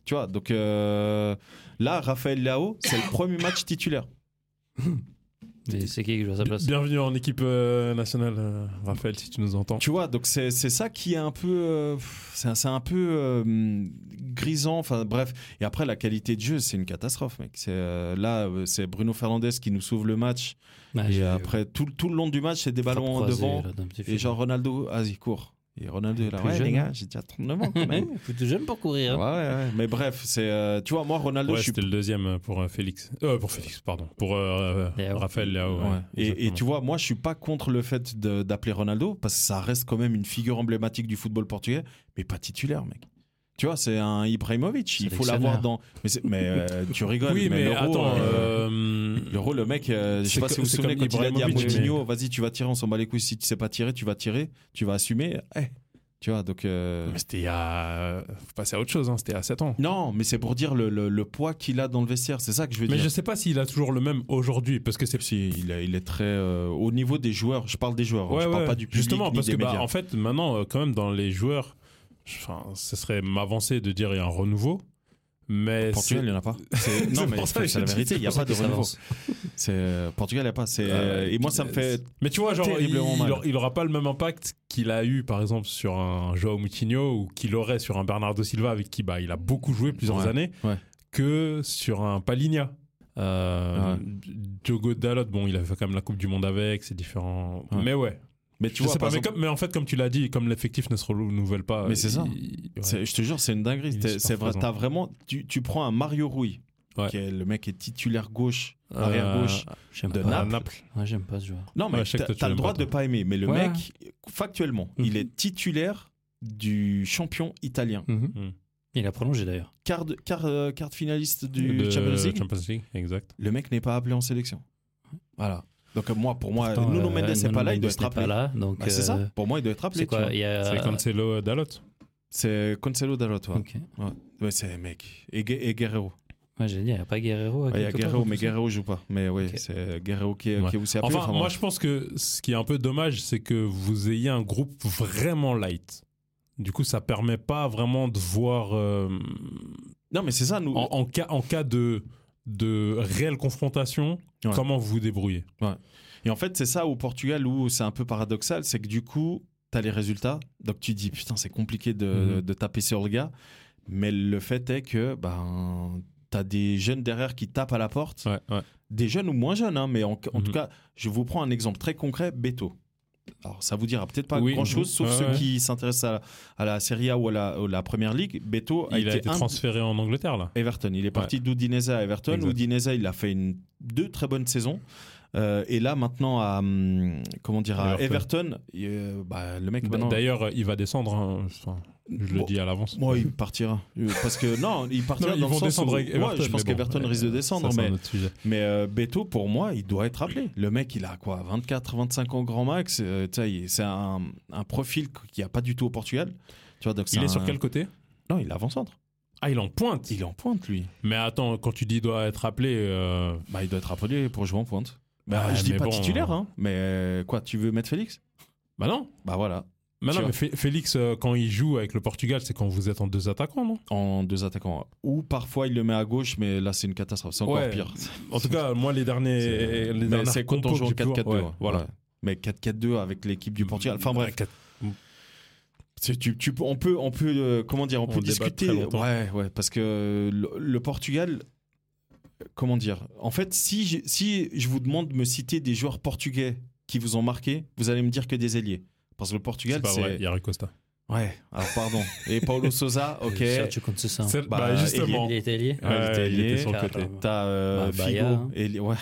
Tu vois, donc là, Raphaël Leao, c'est le premier match titulaire. Et c'est qui joue à sa place? Bienvenue en équipe nationale, Raphaël, si tu nous entends. Tu vois, donc c'est ça qui est un peu, c'est un peu grisant. Enfin bref. Et après, la qualité de jeu, c'est une catastrophe, mec. C'est Bruno Fernandes qui nous sauve le match. Et après, tout le long du match, c'est des ballons devant. Et genre Ronaldo, vas-y, cours. Et Ronaldo est là, Plus ouais, jeune, les gars, hein. j'ai déjà 39 ans quand même. Plutôt jeune pour courir. Hein. Ouais. Mais bref, c'est, tu vois, moi, Ronaldo, Ouais, je suis. c'était le deuxième pour Félix. Pour Félix, pardon. Pour Raphaël Leao. Ouais. Et tu vois, moi, je suis pas contre le fait d'appeler Ronaldo parce que ça reste quand même une figure emblématique du football portugais, mais pas titulaire, mec. Tu vois, c'est un Ibrahimovic. Il faut l'avoir dans. Mais tu rigoles. Oui, mais l'Euro, attends. l'Euro, le mec, je sais pas si vous vous souvenez quand il a dit à Moutinho, vas-y, tu vas tirer, on s'en bat les couilles. Si tu sais pas tirer, tu vas tirer, tu vas assumer. Tu vois, donc. Mais c'était il y a. Faut passer à autre chose, hein. C'était à 7 ans. Non, mais c'est pour dire le poids qu'il a dans le vestiaire. C'est ça que je veux dire. Mais je sais pas s'il a toujours le même aujourd'hui, parce que c'est. Si, il est très. Au niveau des joueurs, je parle des joueurs, je parle pas du public. Justement, ni parce des que médias. en fait, maintenant, quand même, dans les joueurs, ce serait m'avancer de dire il y a un renouveau. Mais Portugal, il n'y en a pas. Non, mais c'est la vérité, il n'y a pas de renouveau. Portugal, il n'y a pas. Et moi, ça me fait. Mais tu vois, genre, terriblement mal. il aura pas le même impact qu'il a eu, par exemple, sur un João Moutinho ou qu'il aurait sur un Bernardo Silva avec qui il a beaucoup joué plusieurs années, que sur un Palhinha. Diogo Dalot, bon, il a fait quand même la Coupe du Monde avec, c'est différent. Mais ouais. Mais tu vois, mais en fait, comme tu l'as dit, comme l'effectif ne se renouvelle pas. Mais c'est ça. Je te jure, c'est une dinguerie. C'est vrai. T'as vraiment. Tu prends un Mario Rui, qui est, le mec est titulaire gauche, arrière gauche de Naples. Ouais, j'aime pas ce joueur. Non, mais t'as le droit de pas aimer. Mais le mec, factuellement, il est titulaire du champion italien. Il a prolongé d'ailleurs. Quart finaliste du Champions League. Exact. Le mec n'est pas appelé en sélection. Voilà. Donc pour moi, Nuno Mendes n'est pas là, il doit être appelé. C'est ça. Pour moi, il doit être appelé. C'est quoi C'est Cancelo Dalot. C'est Cancelo Dalot. Okay. Ouais, c'est mec. Et Guerrero. Ouais, j'ai dit, il n'y a pas Guerrero. Il y a Guerrero, mais Guerrero joue pas. Mais oui, c'est Guerrero qui est aussi appelé. Enfin, moi, je pense que ce qui est un peu dommage, c'est que vous ayez un groupe vraiment light. Du coup, ça permet pas vraiment de voir. Non, mais c'est ça, nous. En cas de réelle confrontation, comment vous vous débrouillez. Et en fait, c'est ça au Portugal où c'est un peu paradoxal, c'est que du coup, tu as les résultats, donc tu dis putain, c'est compliqué de taper sur le gars, mais le fait est que tu as des jeunes derrière qui tapent à la porte, des jeunes ou moins jeunes, hein, mais en tout cas, je vous prends un exemple très concret, Beto. Alors, ça vous dira peut-être pas grand-chose, sauf ceux qui s'intéressent à la Serie A ou à la Première Ligue. Beto a été transféré en Angleterre, là. Everton. Il est parti d'Udinese à Everton. Udinese, il a fait 2 très bonnes saisons. Et là, maintenant, à Everton, le mec... D'ailleurs, il va descendre. Hein. Je le dis à l'avance. Moi, il partira. Parce que il partira dans le sens où... je pense qu'Everton risque de descendre. Mais Beto, pour moi, il doit être appelé. Le mec, il a quoi, 24, 25 ans grand max. C'est un profil qu'il n'y a pas du tout au Portugal. Tu vois, donc il est sur quel côté ? Non, il est avant-centre. Ah, il est en pointe. Il est en pointe, lui. Mais attends, quand tu dis doit être appelé... il doit être appelé pour jouer en pointe. Je dis pas titulaire, hein. Mais quoi, tu veux mettre Félix ? Bah non. Bah voilà. Mais Félix, quand il joue avec le Portugal, c'est quand vous êtes en 2 attaquants, non ? En 2 attaquants. Ou parfois, il le met à gauche, mais là, c'est une catastrophe. C'est encore pire. En tout cas, moi, les dernières c'est quand on joue en 4-4-2. Voilà. Ouais. Mais 4-4-2 avec l'équipe du Portugal. Enfin bref. On peut comment dire, on peut discuter. Ouais, parce que le Portugal... Comment dire ? En fait, si je vous demande de me citer des joueurs portugais qui vous ont marqué, vous allez me dire que des ailiers. Parce que le Portugal, c'est... pas vrai, il y a Rui Costa. Ouais, alors pardon. Et Paulo Sousa, ok. Tu comptes ça. Justement. Il était ailier. Il était sur le côté. T'as Figo. Ouais.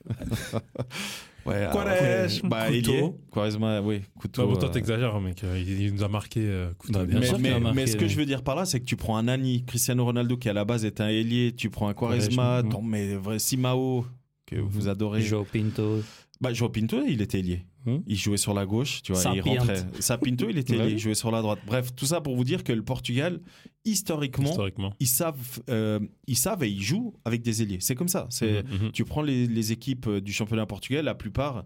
Quaresma, oui. Couteau. Toi, t'exagères, mec. Il nous a marqué. Mais ce que je veux dire par là, c'est que tu prends un Nani, Cristiano Ronaldo, qui à la base est un ailier, tu prends un Quaresma, mais Simao, que vous adorez. João Pinto. João Pinto, il était ailier. Il jouait sur la gauche, tu vois, il rentrait. Sapinto, il était ailier, il jouait sur la droite. Bref, tout ça pour vous dire que le Portugal, historiquement. Ils savent et ils jouent avec des ailiers. C'est comme ça. Tu prends les équipes du championnat portugais, la plupart,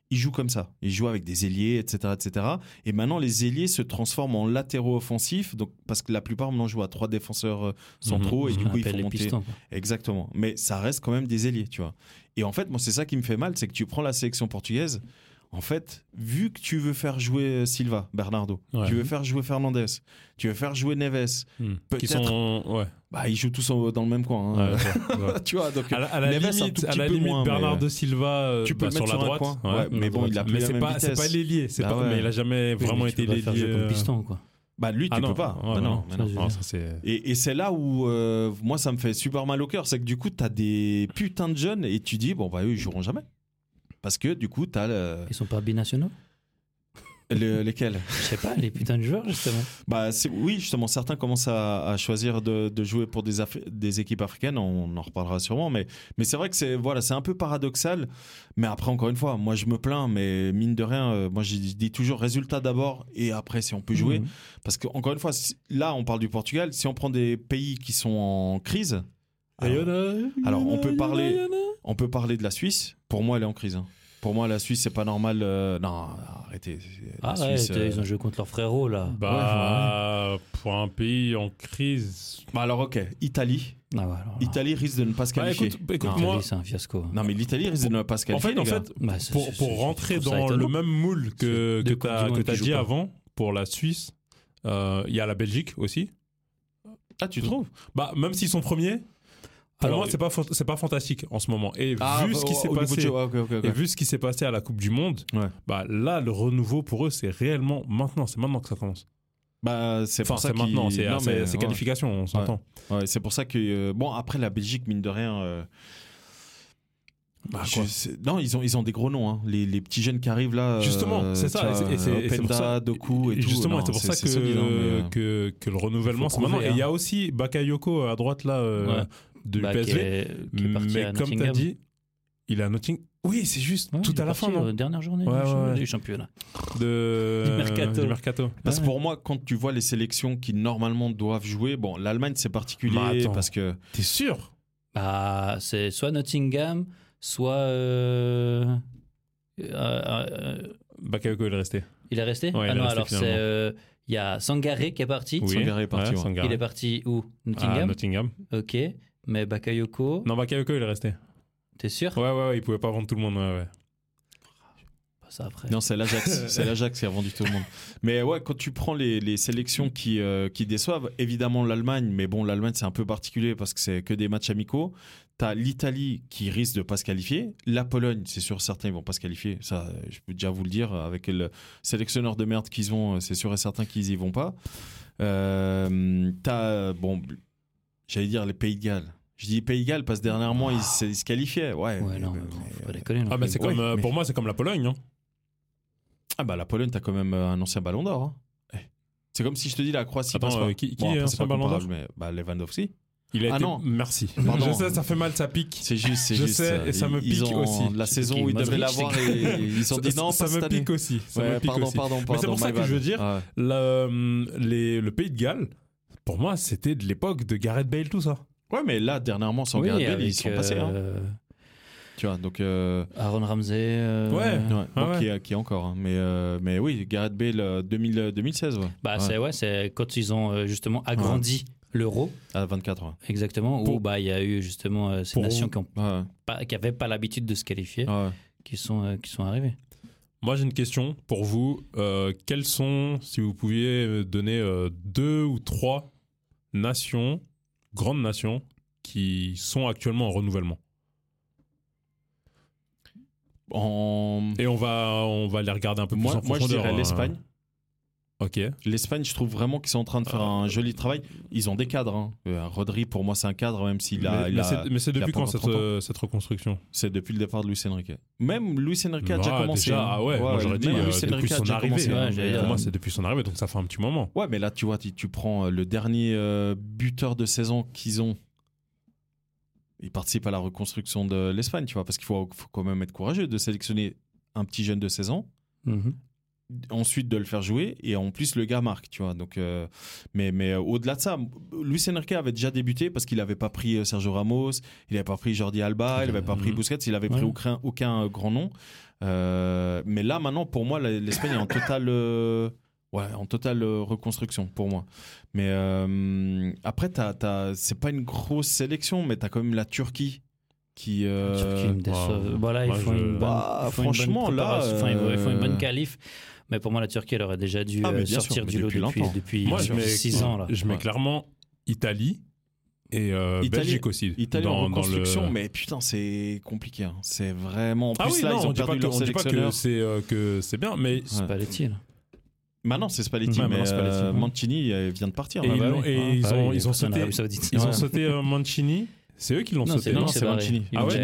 il joue comme ça. Il joue avec des ailiers, etc., etc. Et maintenant, les ailiers se transforment en latéraux offensifs, donc, parce que la plupart maintenant jouent à 3 défenseurs centraux, et du coup, il faut les monter. pistons. Exactement. Mais ça reste quand même des ailiers, tu vois. Et en fait, moi, c'est ça qui me fait mal, c'est que tu prends la sélection portugaise. En fait, vu que tu veux faire jouer Silva, Bernardo, tu veux faire jouer Fernandes, tu veux faire jouer Neves, peut-être. Qui sont. Ouais. Bah, ils jouent tous dans le même coin. Hein. Ouais. Tu vois, donc à la Neves, limite, un tout petit peu moins, Bernardo Silva tu peux le sur mettre la droite. un coin. Ouais, mais bon, il a plus la même vitesse. C'est pas l'ailier, mais il a jamais vraiment été l'ailier. l'ailier. Comme piston, quoi. Bah lui, tu peux pas. Ouais, non. Ça, c'est... Et c'est là où moi ça me fait super mal au cœur, c'est que du coup t'as des putains de jeunes et tu dis bon bah eux ils joueront jamais. Parce que du coup t'as Ils sont pas binationaux? Lesquels? Je sais pas, les putains de joueurs justement. Bah oui, justement certains commencent à choisir de jouer pour des équipes africaines, on en reparlera sûrement, mais c'est vrai que c'est un peu paradoxal. Mais après encore une fois, moi je me plains, mais mine de rien, moi je dis toujours résultat d'abord et après si on peut jouer. Parce que encore une fois, là on parle du Portugal, si on prend des pays qui sont en crise, alors on peut parler de la Suisse. Pour moi elle est en crise. Pour moi, la Suisse, c'est pas normal. Non, arrêtez. Suisse, ils ont joué contre leurs frérots, là. Pour un pays en crise. Bah alors, ok. Italie. Italie risque de ne pas se qualifier. Écoute moi, c'est un fiasco. Non, mais l'Italie risque de ne pas se qualifier. En fait, pour rentrer dans le même moule que tu as dit avant, pour la Suisse, il y a la Belgique aussi. Ah, tu trouves? Bah, même s'ils sont premiers. Pour moi, c'est pas fantastique en ce moment. Et vu ce qui s'est passé, et vu ce qui s'est passé à la Coupe du Monde, bah là, le renouveau pour eux, c'est réellement maintenant. C'est maintenant que ça commence. Bah, c'est pour ça c'est maintenant. C'est qualification, on s'entend. Ouais, c'est pour ça que bon, après la Belgique, mine de rien. Non, ils ont des gros noms. Hein. Les petits jeunes qui arrivent là. Justement, c'est ça. C'est pour ça. Doku et tout. Justement, c'est pour ça que le renouvellement, c'est maintenant. Et il y a aussi Bakayoko à droite là. De l'UPSV, mais comme tu as dit, il est à Nottingham. Oui, c'est juste tout à la fin, non? Dernière journée du championnat. Du mercato. Parce que pour moi, quand tu vois les sélections qui normalement doivent jouer, bon, l'Allemagne c'est particulier parce que. T'es sûr? Bah, c'est soit Nottingham, soit. Bakayoko, il est resté. Il est resté? Ouais, non, alors c'est. Il y a Sangaré qui est parti. Oui, Sangaré est parti. Il est parti où? Nottingham? Nottingham. Ok. Mais Bakayoko. Non, Bakayoko, il est resté. T'es sûr? Ouais, il pouvait pas vendre tout le monde. Ouais. Pas ça après. Non, c'est l'Ajax. C'est l'Ajax qui a vendu tout le monde. Mais ouais, quand tu prends les sélections qui déçoivent, évidemment l'Allemagne, mais bon, l'Allemagne c'est un peu particulier parce que c'est que des matchs amicaux. T'as l'Italie qui risque de pas se qualifier. La Pologne, c'est sûr, certains ils vont pas se qualifier. Ça, je peux déjà vous le dire. Avec le sélectionneur de merde qu'ils ont, c'est sûr et certain qu'ils y vont pas. T'as, bon, j'allais dire les Pays de Galles. Je dis Pays de Galles parce que dernièrement ils se qualifiaient. Ouais non, faut pas déconner. Ah bah c'est comme pour moi c'est comme la Pologne. Hein. Ah bah la Pologne t'as quand même un ancien Ballon d'Or. Hein. C'est comme si je te dis la Croatie. Attends, qui est ancien Ballon d'Or? Mais Lewandowski. Il a été... non, merci. Pardon. Je sais, ça fait mal, ça pique. C'est juste. Je sais, et ça me pique aussi. La saison où ils devaient l'avoir, et ils ont dit non, ça me pique aussi. Pardon. Mais c'est pour ça que je veux dire, le Pays de Galles, pour moi, c'était de l'époque de Gareth Bale, tout ça. Ouais, mais là, dernièrement, sans Gareth Bale, ils sont passés. Tu vois, donc. Aaron Ramsey. Qui est encore. Hein. Mais oui, Gareth Bale 2016. Ouais. Bah, c'est quand ils ont justement agrandi. L'Euro à 24 ans. Exactement, où il y a eu justement ces nations qui n'avaient pas l'habitude de se qualifier qui sont arrivées. Moi j'ai une question pour vous. Quelles sont, si vous pouviez donner 2 ou 3 nations, grandes nations, qui sont actuellement en renouvellement? Et on va les regarder un peu plus en profondeur. Moi je dirais l'Espagne. Ok. L'Espagne, je trouve vraiment qu'ils sont en train de faire un joli travail. Ils ont des cadres. Hein. Rodri, pour moi, c'est un cadre, même s'il a. Mais c'est depuis quand cette reconstruction? C'est depuis le départ de Luis Enrique. Même Luis Enrique a déjà commencé. Moi j'aurais dit depuis son arrivée. Pour moi, c'est depuis son arrivée, donc ça fait un petit moment. Ouais, mais là, tu vois, tu prends le dernier buteur de saison qu'ils ont. Il participe à la reconstruction de l'Espagne, tu vois, parce qu'il faut quand même être courageux de sélectionner un petit jeune de 16 ans. Ensuite de le faire jouer et en plus le gars marque, tu vois. Donc mais au-delà de ça, Luis Enrique avait déjà débuté parce qu'il n'avait pas pris Sergio Ramos, il n'avait pas pris Jordi Alba, il n'avait pas pris Busquets, il n'avait pris aucun grand nom. Mais là, maintenant, pour moi, l'Espagne est en totale reconstruction, pour moi. Mais après, c'est pas une grosse sélection, mais t'as quand même la Turquie qui... Turquie me déçoit. Voilà, ils font une bonne franchement, là... ils font une bonne qualif. Mais pour moi, la Turquie, elle aurait déjà dû sortir du lot depuis 6 ans. Là. Je mets clairement Italie et Belgique aussi. Italie en reconstruction, mais putain, c'est compliqué. Hein. C'est vraiment... En plus, là, non, ils ont perdu leur sélectionneur. On dit pas que c'est bien, mais... Spalletti, là. Maintenant, c'est Spalletti, mais Mancini vient de partir. Ils ont sauté Mancini. C'est eux qui l'ont sauté. Non, c'est Mancini.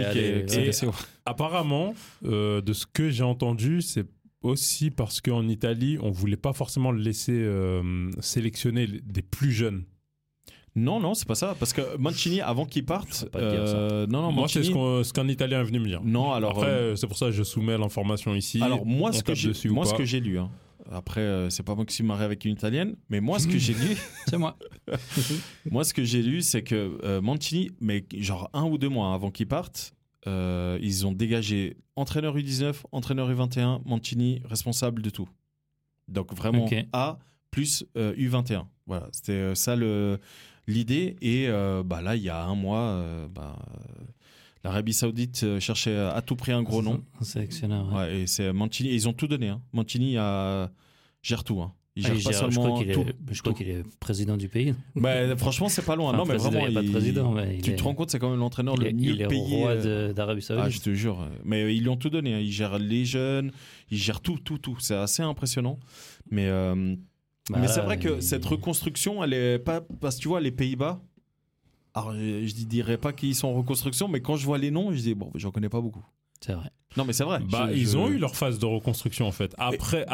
Apparemment, de ce que j'ai entendu, c'est aussi parce qu'en Italie, on voulait pas forcément le laisser sélectionner des plus jeunes. Non, c'est pas ça. Parce que Mancini, avant qu'il parte... moi, Mancini... c'est ce qu'un Italien est venu me dire. Non, alors... Après, c'est pour ça que je soumets l'information ici. Alors, moi, ce que j'ai lu... Hein. Après, c'est pas moi qui suis marié avec une Italienne, mais moi, ce que j'ai lu... C'est moi. Moi, ce que j'ai lu, c'est que Mancini, mais genre 1 ou 2 mois avant qu'il parte, ils ont dégagé entraîneur U19, entraîneur U21, Mancini, responsable de tout. Donc, vraiment A plus U21. Voilà, c'était ça l'idée. Et là, il y a 1 mois... l'Arabie Saoudite cherchait à tout prix un gros nom. Un sélectionneur. Ouais, et c'est Mancini. Et ils ont tout donné. Hein. Mancini gère tout. Hein. Il gère pas seulement tout. Je crois qu'il est président du pays. Franchement, c'est pas loin. Non, mais vraiment, il n'est pas président. Tu te rends compte, c'est quand même l'entraîneur le mieux payé. Il est roi d'Arabie Saoudite. Je te jure. Mais ils lui ont tout donné. Hein. Il gère les jeunes. Il gère tout. C'est assez impressionnant. Mais c'est vrai que cette reconstruction, elle est pas... Parce que tu vois, les Pays-Bas... Alors, je dirais pas qu'ils sont en reconstruction, mais quand je vois les noms, je dis, j'en connais pas beaucoup. C'est vrai. Non, mais c'est vrai. Ils ont eu leur phase de reconstruction, en fait. Après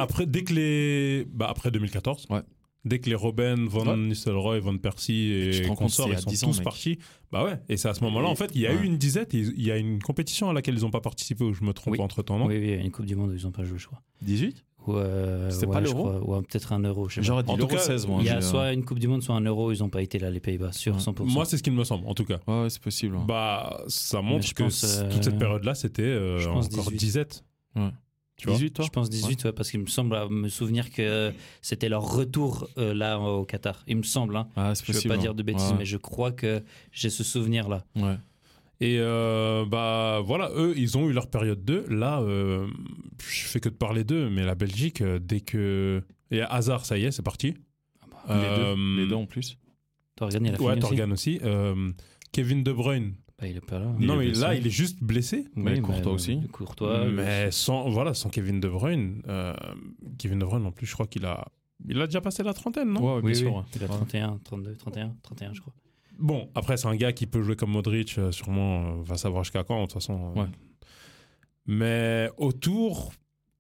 2014, dès que les Robben, Van Nistelrooy, Van Persie et consorts, ils sont tous partis. Et c'est à ce moment-là, en fait, il y a eu une disette, il y a une compétition à laquelle ils n'ont pas participé, ou je me trompe entre-temps, non ? Oui, il y a une Coupe du Monde où ils n'ont pas joué, je crois. 18 C'était pas l'Euro ou peut-être un Euro. J'aurais dit l'Euro 16, moi. Il y a soit une Coupe du Monde, soit un Euro. Ils n'ont pas été là, les Pays-Bas, sur 100%. Moi, c'est ce qui me semble, en tout cas. Ouais, c'est possible. Hein. Ça montre que toute cette période-là, c'était encore 17. Ouais. Tu vois 18, toi ? Je pense 18, parce qu'il me semble me souvenir que c'était leur retour là au Qatar. Il me semble. Hein. C'est possible, je ne veux pas dire de bêtises, mais je crois que j'ai ce souvenir-là. Ouais. Et voilà, eux, ils ont eu leur période 2. Là, je fais que de parler d'eux, mais la Belgique, dès que... Et Hazard, ça y est, c'est parti. Les deux en plus. Torgan, il a fini Torgan aussi. Kevin De Bruyne. Il est pas là. Non, mais là, il est juste blessé. Mais Courtois aussi. Courtois. Mais sans Kevin De Bruyne, Kevin De Bruyne, en plus, je crois qu'il a déjà passé la trentaine, non ? Ouais, bien sûr. Il a 31, 32, 31, je crois. Bon, après, c'est un gars qui peut jouer comme Modric, sûrement, va savoir jusqu'à quand, de toute façon. Mais autour,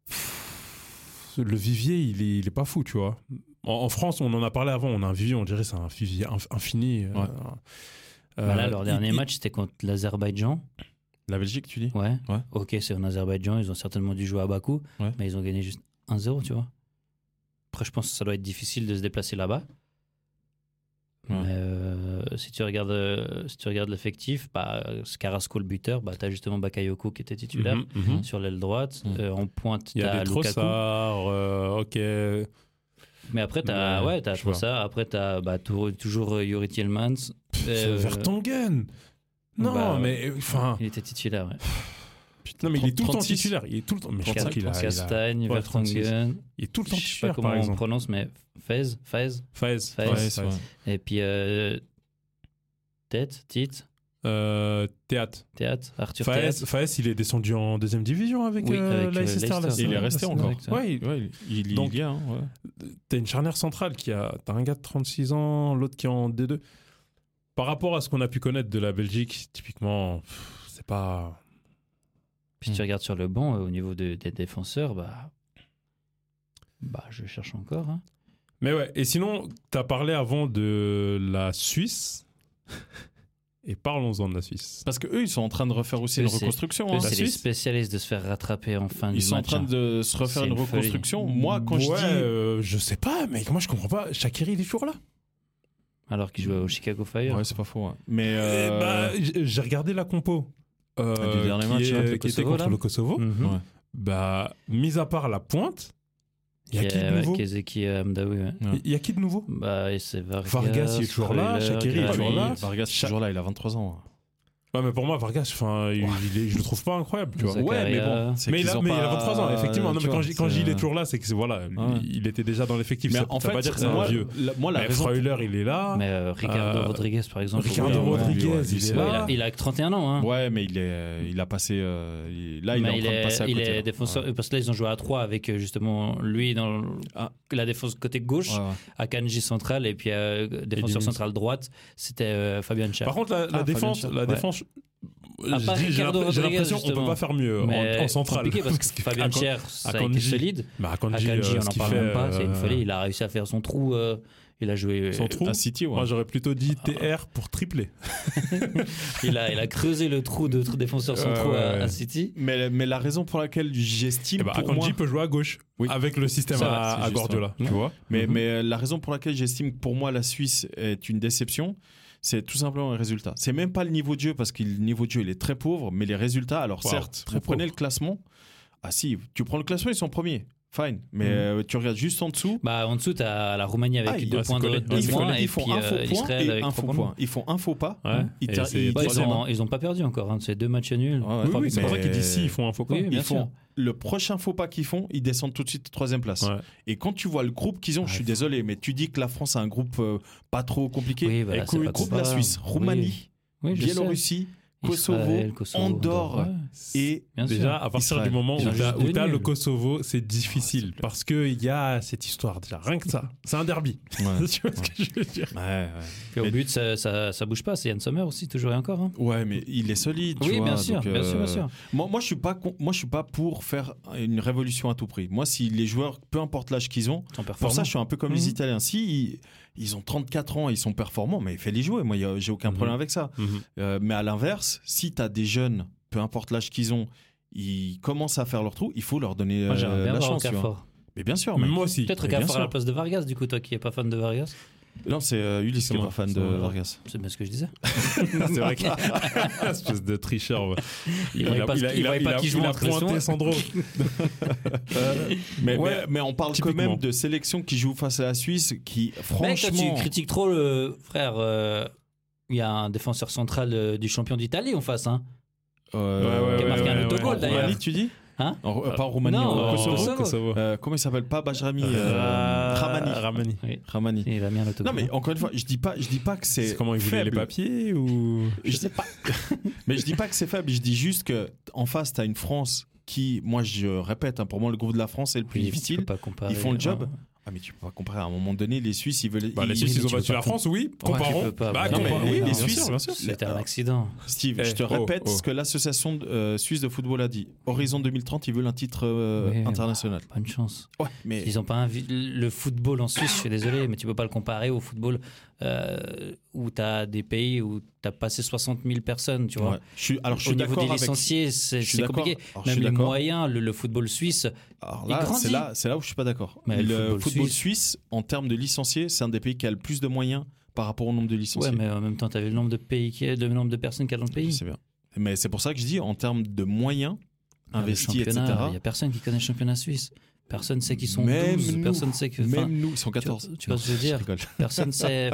le vivier, il est pas fou, tu vois. En France, on en a parlé avant, on a un vivier, on dirait c'est un vivier infini. Là, leur dernier match, c'était contre l'Azerbaïdjan. La Belgique, tu dis ? Ouais. Ok, c'est en Azerbaïdjan, ils ont certainement dû jouer à Bakou, mais ils ont gagné juste 1-0, tu vois. Après, je pense que ça doit être difficile de se déplacer là-bas. Mais si tu regardes l'effectif, Carrasco le buteur, t'as justement Bakayoko qui était titulaire sur l'aile droite. En pointe, il y a des Lukaku. Trossard, ok. Mais après, t'as Trossard. Après, t'as toujours Yuri Tielemans. Vertonghen. Non, mais enfin. Il était titulaire. Ouais. Non, mais il est tout le temps titulaire. Il est tout le temps. Mais je pense qu'il a. Castagne, Vertonghen. Il est tout le temps titulaire. Je sais pas comment on prononce, mais Fez. Et puis Théâtre. Arthur Théâtre. Faes, il est descendu en deuxième division avec Leicester. Il est resté encore. Il donc, y a. T'as une charnière centrale t'as un gars de 36 ans, l'autre qui est en D2. Par rapport à ce qu'on a pu connaître de la Belgique, typiquement, c'est pas. Puis si tu regardes sur le banc, au niveau des défenseurs, je cherche encore. Hein. Mais ouais, et sinon, t'as parlé avant de la Suisse. Et parlons-en de la Suisse. Parce qu'eux, ils sont en train de refaire aussi une reconstruction. C'est les spécialistes de se faire rattraper en fin du match. Ils sont en train de se refaire une reconstruction. Moi, quand je dis... je sais pas, mais moi, je comprends pas. Shaqiri, il est toujours là. Alors qu'il jouait au Chicago Fire. Ouais, c'est pas faux. Ouais. Mais j'ai regardé la compo. Du dernier match qui était contre le Kosovo. Bah, mis à part la pointe, il y a qui de nouveau? Kezeki Amdaoui. Ouais. Il y a qui de nouveau? Bah, et c'est Vargas, il est toujours là, Shaqiri est toujours là. Vargas est toujours là, il a 23 ans. Ouais, mais pour moi, Vargas, je le trouve pas incroyable, tu vois. Zakaria. Ouais, mais bon. Mais il a 23 ans, effectivement. Non, mais quand je dis il est toujours là, c'est que voilà, il était déjà dans l'effectif. Mais Ça en veut pas fait, dire que c'est un vieux. Moi, la Mais raison. Freuler, il est là. Mais Ricardo Rodriguez, par exemple. Ricardo Rodriguez, il est là. Il a que 31 ans. Hein. Ouais, mais il a passé. Là, il est en train de passer à côté. Il est défenseur. Parce que là, ils ont joué à 3 avec justement lui dans la défense côté gauche, Akanji central, et puis défenseur central droite, c'était Fabian Cher. Par contre, la défense. J'ai l'impression qu'on peut pas faire mieux en centrale. C'est compliqué parce que Fabien Cher, ça a été solide. Akanji, on n'en parle même pas, c'est une folie. Il a réussi à faire son trou. Il a joué son trou à City. Ouais. Moi, j'aurais plutôt dit TR pour tripler. il a creusé le trou de défenseur centraux à City. Mais la raison pour laquelle j'estime. Akanji peut jouer à gauche avec le système à Guardiola. Tu vois. Mais la raison pour laquelle j'estime que pour moi la Suisse est une déception, c'est tout simplement les résultats. C'est même pas le niveau de jeu, parce que le niveau de jeu il est très pauvre, mais les résultats, alors certes, vous prenez le classement. Ah si, tu prends le classement, ils sont premiers. Fine, mais tu regardes juste en dessous. Bah en dessous t'as la Roumanie avec 2 points de moins, et puis Israël avec 3 points. Ils font un faux pas. Ils ont pas perdu encore. C'est 2 matchs nuls. Oui, c'est pour ça qu'il dit si ils font un faux pas. Bien sûr. Le prochain faux pas qu'ils font, ils descendent tout de suite 3e place. Ouais. Et quand tu vois le groupe qu'ils ont, je suis désolé, mais tu dis que la France a un groupe pas trop compliqué. Oui, voilà, écoute, le groupe de la Suisse, Roumanie, Biélorussie, Kosovo, Andorre et déjà à partir du moment où t'as le Kosovo, c'est difficile parce que il y a cette histoire déjà, rien que ça, c'est un derby. Tu vois ce que je veux dire. Puis au but ça bouge pas, c'est Yann Sommer aussi toujours et encore. Hein. Ouais, mais il est solide. Tu vois, bien sûr. Moi je suis pas pour faire une révolution à tout prix. Moi si les joueurs, peu importe l'âge qu'ils ont, pour ça je suis un peu comme les Italiens. Si ils ont 34 ans, ils sont performants, mais fais-les jouer. Moi, j'ai aucun problème avec ça. Mais à l'inverse, si tu as des jeunes, peu importe l'âge qu'ils ont, ils commencent à faire leur trou, il faut leur donner la chance. Mais bien sûr. Moi aussi. Peut-être Okafor à la place de Vargas, du coup, toi qui n'es pas fan de Vargas. Non, c'est Ulysse qui n'est pas fan de Vargas. C'est bien ce que je disais. C'est vrai qu'il espèce de tricheur. Il a pointé Sandro. Mais on parle quand même de sélection qui joue face à la Suisse, qui franchement. Mais quand tu critiques trop le frère, il y a un défenseur central du champion d'Italie en face, hein. Qui a marqué un autogol d'ailleurs. Roumanie, tu dis? Hein? Pas en Roumanie, Kosovo. Comment il s'appelle? Pas Bajrami, Ramani. Ramani. Il a mis un autogol. Non, mais encore une fois, je dis pas que c'est comment il voulait les papiers ou je sais pas. Mais je dis pas que c'est faible. Je dis juste que en face, t'as une France qui, moi, je répète, pour moi, le groupe de la France est le plus difficile. Ils font le job. Ah, mais tu peux pas comparer. À un moment donné, les Suisses, ils veulent. Les Suisses, ils ont battu la France, oui. Comparons. Oui, les Suisses, bien sûr. C'était un accident. Steve, je te répète ce que l'association suisse de football a dit. Horizon 2030, ils veulent un titre international. Bonne chance. Ouais, mais ils ont pas le football en Suisse. Je suis désolé, mais tu peux pas le comparer au football où tu as des pays où tu as passé 60 000 personnes, tu vois. Ouais. Je suis au niveau des licenciés, c'est compliqué. Même les moyens, le football suisse. Alors là, c'est là où je suis pas d'accord. Mais le football suisse, en termes de licenciés, c'est un des pays qui a le plus de moyens par rapport au nombre de licenciés. Ouais, mais en même temps, tu avais le nombre de nombre de personnes qu'il y a dans le pays. C'est bien. Mais c'est pour ça que je dis, en termes de moyens investis, etc. Il y a personne qui connaît le championnat suisse. Personne sait qu'ils sont 12, personne sait que... Même nous, ils sont 14. Tu vois ce que je veux dire? Personne sait...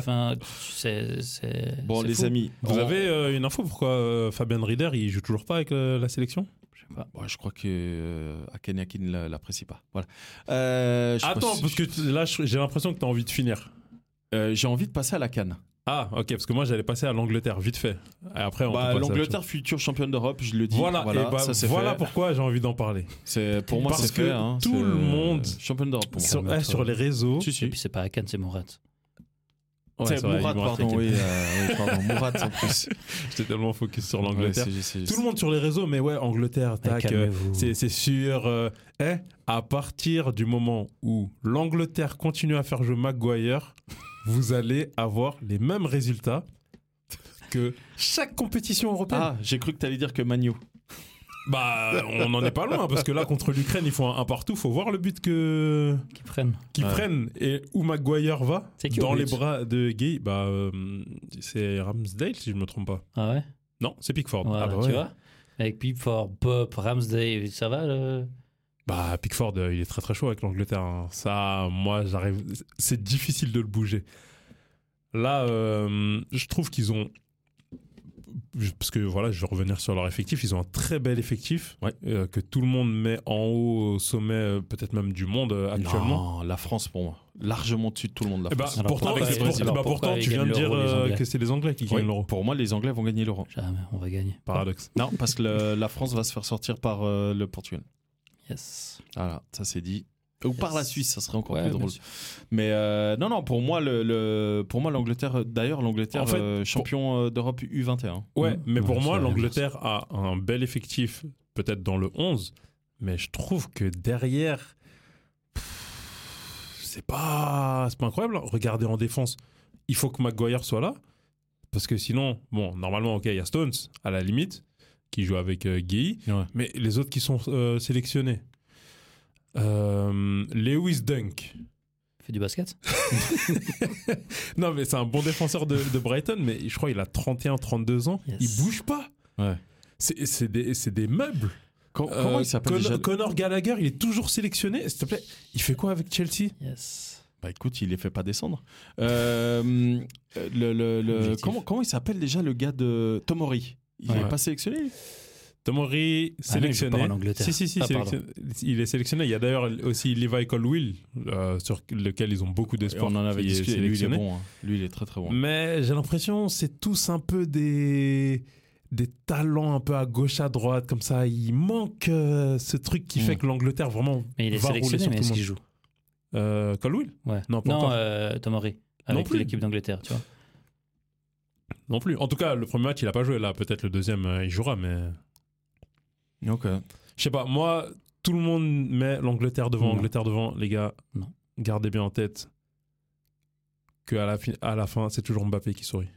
Bon, les amis... Vous avez une info pourquoi Fabian Rieder, il joue toujours pas avec la sélection? Je sais pas. Je crois que Akane Akin l'apprécie pas. Voilà. Attends, parce que là, j'ai l'impression que tu as envie de finir. J'ai envie de passer à la CAN. Ah, ok, parce que moi j'allais passer à l'Angleterre, vite fait. Et après, l'Angleterre, future championne d'Europe, je le dis. Voilà pourquoi j'ai envie d'en parler. Pour moi, parce c'est que fait, hein, tout le monde championne d'Europe sur les réseaux. Et puis c'est pas Akan, c'est Mourad. Ouais, c'est Mourad, pardon. Pardon, Mourad en plus. J'étais tellement focus sur l'Angleterre. Tout le monde sur les réseaux, mais ouais, Angleterre, tac, c'est sûr. À partir du moment où l'Angleterre continue à faire jouer Maguire, vous allez avoir les mêmes résultats que chaque compétition européenne. Ah, j'ai cru que tu allais dire que Manu. On n'en est pas loin, parce que là, contre l'Ukraine, ils font un partout. Il faut voir le but qu'ils prennent. Et où Maguire va, dans les bras de Gay, c'est Ramsdale, si je ne me trompe pas. Ah ouais? Non, c'est Pickford. Voilà, tu vois? Avec Pickford, Pop, Ramsdale, ça va Bah, Pickford, il est très très chaud avec l'Angleterre. Hein. Ça, moi, j'arrive. C'est difficile de le bouger. Là, je trouve qu'ils ont. Parce que voilà, je vais revenir sur leur effectif. Ils ont un très bel effectif que tout le monde met en haut au sommet, peut-être même du monde actuellement. Non, la France pour moi. Largement au-dessus de tout le monde. La France. Pourtant, tu viens de dire que c'est les Anglais qui gagnent l'Euro. Pour moi, les Anglais vont gagner l'Euro. Jamais, on va gagner. Paradoxe. Non, parce que la France va se faire sortir par le Portugal. Yes. Voilà, ça c'est dit. Ou par la Suisse, ça serait encore plus drôle. Sûr. Mais non, pour moi, pour moi l'Angleterre, d'ailleurs, l'Angleterre, en fait, champion d'Europe U21. Ouais, mais pour moi, l'Angleterre a un bel effectif, peut-être dans le 11, mais je trouve que derrière, c'est pas incroyable. Regardez en défense, il faut que Maguire soit là, parce que sinon, bon, normalement, ok, il y a Stones, à la limite, qui joue avec Guy, mais les autres qui sont sélectionnés. Lewis Dunk. Fait du basket. Non, mais c'est un bon défenseur de Brighton, mais je crois qu'il a 31-32 ans. Yes. Il bouge pas. Ouais. C'est des meubles. Comment il s'appelle déjà Conor Gallagher, il est toujours sélectionné. S'il te plaît, il fait quoi avec Chelsea? Yes. Bah écoute, il les fait pas descendre. Comment il s'appelle déjà le gars de Tomori? Il n'est pas sélectionné lui? Tomori sélectionné. En Angleterre. Si, il est sélectionné. Il y a d'ailleurs aussi Levi Colwill, sur lequel ils ont beaucoup d'espoir. On en avait discuté. Lui, il est bon. Hein. Lui, il est très très bon. Mais j'ai l'impression c'est tous un peu des talents un peu à gauche, à droite, comme ça. Il manque ce truc qui fait que l'Angleterre vraiment. Mais il est sélectionné, mais est-ce qu'il joue Colwill? Ouais. Non, Tomori. Avec l'équipe d'Angleterre, tu vois. Non plus. En tout cas, le premier match, il a pas joué. Là, peut-être le deuxième, il jouera, mais. Ok. Je sais pas, moi, tout le monde met l'Angleterre devant, les gars. Non. Gardez bien en tête qu'à la fin, c'est toujours Mbappé qui sourit.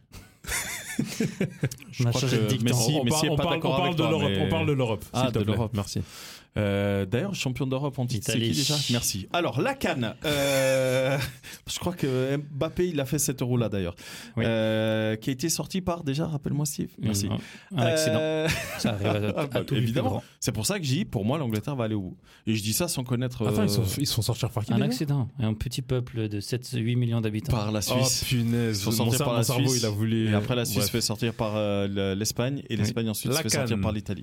Je crois que Messi on parle de l'Europe. Ah, de l'Europe. Merci. D'ailleurs, champion d'Europe en titre, c'est qui déjà? Merci. Alors, la CAN. Je crois que Mbappé, il a fait cet euro-là d'ailleurs. Oui. Qui a été sorti par, déjà, rappelle-moi Steve. Merci. Un accident. Ça arrive à tout évidemment. C'est pour ça que j'ai dit, pour moi, l'Angleterre va aller au bout. Et je dis ça sans connaître. Attends, ils sont sortis par qui? Un accident. Un petit peuple de 7-8 millions d'habitants. Par la Suisse. Oh punaise. Ils sont sortis par la cerveau, Suisse. Il a voulu. Et après, la Suisse fait sortir par l'Espagne. Et l'Espagne ensuite se fait sortir par l'Italie.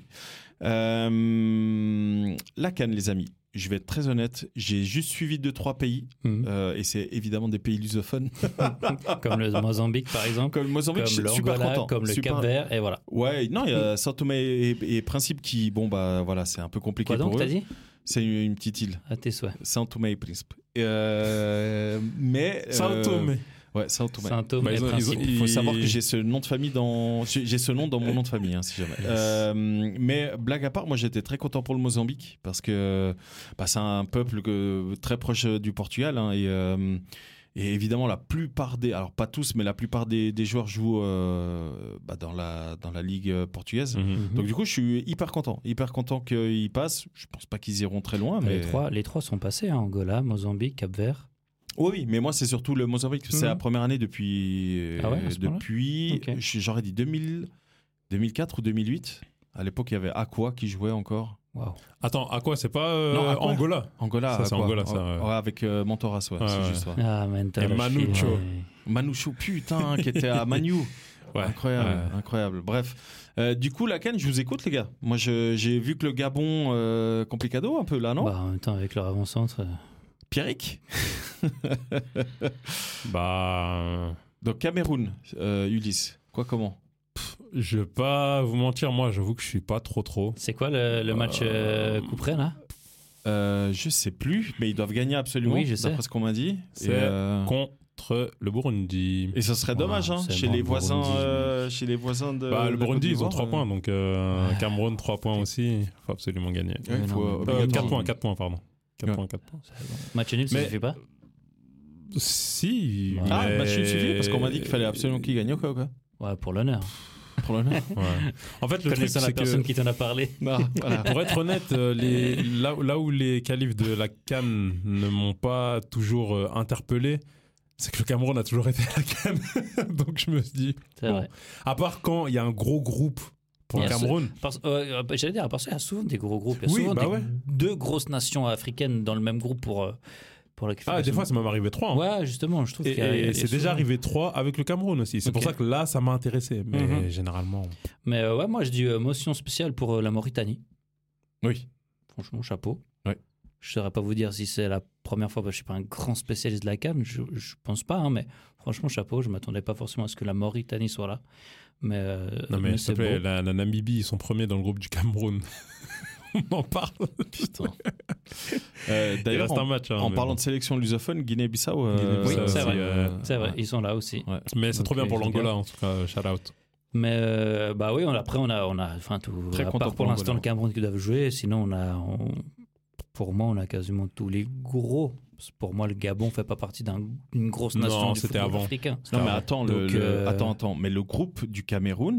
La CAN, les amis, je vais être très honnête, j'ai juste suivi 2-3 pays et c'est évidemment des pays lusophones comme le Mozambique par exemple, comme le Mozambique, comme je suis super content, comme le Cap-Vert et voilà. Ouais, non, il y a São Tomé et Principe qui, bon bah voilà, c'est un peu compliqué. Quoi donc, pour eux. T'as dit c'est une petite île. À tes souhaits. São Tomé et Principe. Mais São Tomé. Ouais, São Tomé. Il faut savoir que j'ai ce nom de famille j'ai ce nom dans mon nom de famille, hein, si jamais. Mais blague à part, moi j'étais très content pour le Mozambique parce que c'est un peuple très proche du Portugal, hein, et évidemment la plupart alors pas tous, mais la plupart des joueurs jouent dans la ligue portugaise. Donc du coup, je suis hyper content qu'ils passent. Je pense pas qu'ils iront très loin, mais les trois sont passés, hein, Angola, Mozambique, Cap-Vert. Oui, mais moi c'est surtout le Mozambique. C'est la première année depuis. Okay. J'aurais dit 2004 ou 2008. À l'époque, il y avait Aqua qui jouait encore. Wow. Attends, Aqua, c'est pas Angola? Angola, ça, c'est Angola, ça. Ouais, avec Montoras, c'est juste. Ouais. Ah, et Manucho. Manucho, putain, qui était à Manu. Ouais. Incroyable. Bref, du coup, la CAN, je vous écoute, les gars. Moi, j'ai vu que le Gabon, complicado un peu là, non? En même temps, avec leur avant-centre. Pierrick. Donc Cameroun, Ulysse, quoi, comment? Je vais pas vous mentir, moi j'avoue que je suis pas trop. C'est quoi le match coup près là? Je sais plus, mais ils doivent gagner absolument. Oui, je sais. D'après ce qu'on m'a dit. C'est contre le Burundi. Et ça serait dommage, chez les voisins de. Le Burundi, ils ont 3 points, donc Cameroun 3 points aussi. Il faut absolument gagner. 4 points, pardon. 4 points. Match nul, ça suffit pas? Si. Match nul suffit parce qu'on m'a dit qu'il fallait absolument qu'il gagne, quoi. Ouais, pour l'honneur. Ouais. En fait, le truc, c'est la personne qui t'en a parlé. Voilà. Pour être honnête, là où les qualifs de la CAN ne m'ont pas toujours interpellé, c'est que le Cameroun a toujours été à la CAN. Donc je me suis dit. C'est vrai. À part quand il y a un gros groupe pour le Cameroun. J'allais dire, à part ça, il y a souvent des gros groupes. Il y a Oui, souvent bah ouais. deux grosses nations africaines dans le même groupe pour la qualification. Des fois, ça m'est arrivé 3. Hein. Ouais, justement, je trouve qu'il y a Et c'est déjà arrivé 3 avec le Cameroun aussi. C'est pour ça que là, ça m'a intéressé. Mais généralement. Mais ouais, moi, je dis motion spéciale pour la Mauritanie. Oui. Franchement, chapeau. Ouais. Je ne saurais pas vous dire si c'est la première fois, parce que je ne suis pas un grand spécialiste de la CAN, je ne pense pas, hein, mais franchement, chapeau, je ne m'attendais pas forcément à ce que la Mauritanie soit là. Mais, non, mais s'il te plaît, beau. la Namibie, ils sont premiers dans le groupe du Cameroun. On en parle. Putain. Il D'ailleurs, reste un match. en parlant de sélection lusophone, Guinée-Bissau. Oui, c'est vrai. vrai. C'est vrai, ils sont là aussi. Ouais. Mais c'est Donc, trop bien pour c'est l'Angola, bien. en tout cas, shout out. Mais bah oui, après, on a enfin, tout. Très à content part pour pour l'instant l'Angola. le Cameroun qui doivent jouer, sinon, pour moi, on a quasiment tous les gros. Pour moi, le Gabon fait pas partie d'une grosse nation Non, du c'était football avant. africain. Non, mais attends, Donc, attends, mais le groupe du Cameroun.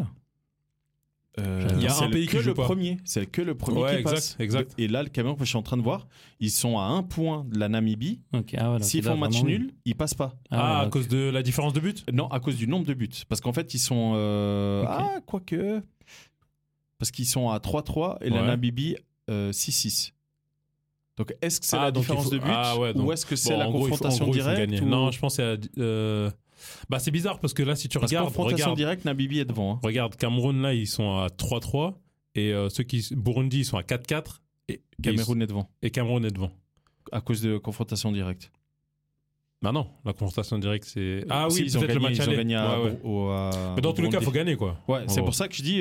Il y a c'est un pays qui que joue le pas. premier. C'est que le premier Ouais, qui exact, passe. exact. Et là, le Cameroun, je suis en train de voir, ils sont à 1 point de la Namibie. Ok, ah ouais, donc S'ils là, font match vraiment, nul, ils passent pas. à donc- cause de la différence de but Non, à cause du nombre de buts. Parce qu'en fait, ils sont. Quoique. Parce qu'ils sont à 3-3 et la Ouais. Namibie 6-6. Donc, est-ce que c'est la donc il différence faut- de but ouais, donc- ou est-ce que c'est Bon, la en gros, il faut- confrontation en gros, il faut directe gagner. ou- Non, je pense que c'est. Bah, c'est bizarre parce que là, si tu Parce que regardes. confrontation directe, Namibie est devant. hein. Regarde, Cameroun, là, ils sont à 3-3. Et Burundi, ils sont à 4-4. Et Cameroun est devant. Et Cameroun est devant. À cause de confrontation directe. Bah non, la confrontation directe, c'est. Ah Si, oui, ils ont peut-être le gagné, match ils ont aller. gagné à, Ouais, ouais. Mais dans tous les cas, il faut gagner, quoi. Ouais, c'est En pour gros. ça que je dis,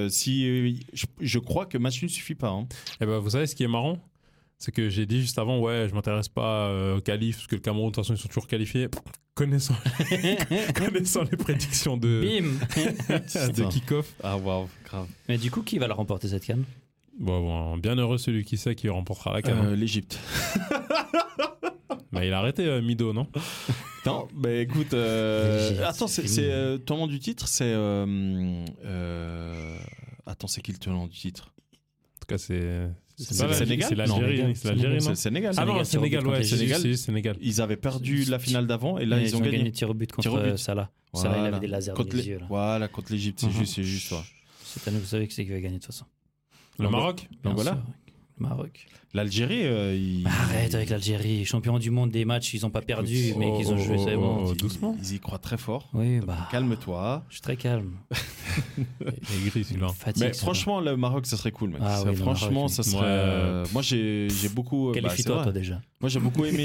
je crois que match nul ne suffit pas. hein. Et ben, vous savez ce qui est marrant, c'est que j'ai dit juste avant, ouais, je m'intéresse pas au qualif, parce que le Cameroun, de toute façon, ils sont toujours qualifiés. Connaissant les prédictions de Bim. kick-off. Ah waouh, grave. Mais du coup, qui va la remporter cette canne? Bon, bien heureux celui qui sait qui remportera la canne. L'Égypte. Mais il a arrêté Mido, non? Non, bah écoute, attends, c'est c'est ton nom du titre, c'est attends, c'est qui le tenant du titre? En tout cas, c'est C'est pas le Sénégal. C'est l'Algérie, Non, c'est l'Algérie, C'est non? le Sénégal. Ah non, le Sénégal, ouais, Sénégal. c'est Sénégal. Ils avaient perdu la finale d'avant et là Mais ils ont gagné. tir au but Tir au contre but. Salah. Salah, il avait des lasers dans contre les yeux. Là. Voilà, contre l'Égypte, c'est Mhm. juste. Ouais. Cette année, vous savez que c'est qui va gagner de toute façon. Le Donc, Maroc? Bien voilà. sûr, le Maroc. L'Algérie, ils... Arrête avec l'Algérie. Champion du monde des matchs, ils n'ont pas perdu, mais qu'ils ont joué, c'est bon. doucement. Ils y croient très fort. Oui, Donc, bah. calme-toi. Je suis très calme. Il est gris, celui-là. Fatigue. Mais franchement, le Maroc, ça serait cool, mec. Ah Ça, oui, le franchement, Maroc, ça oui. serait. Ouais. Moi, j'ai beaucoup. bah, c'est Qualifie-toi, vrai. toi déjà. Moi, j'ai beaucoup aimé.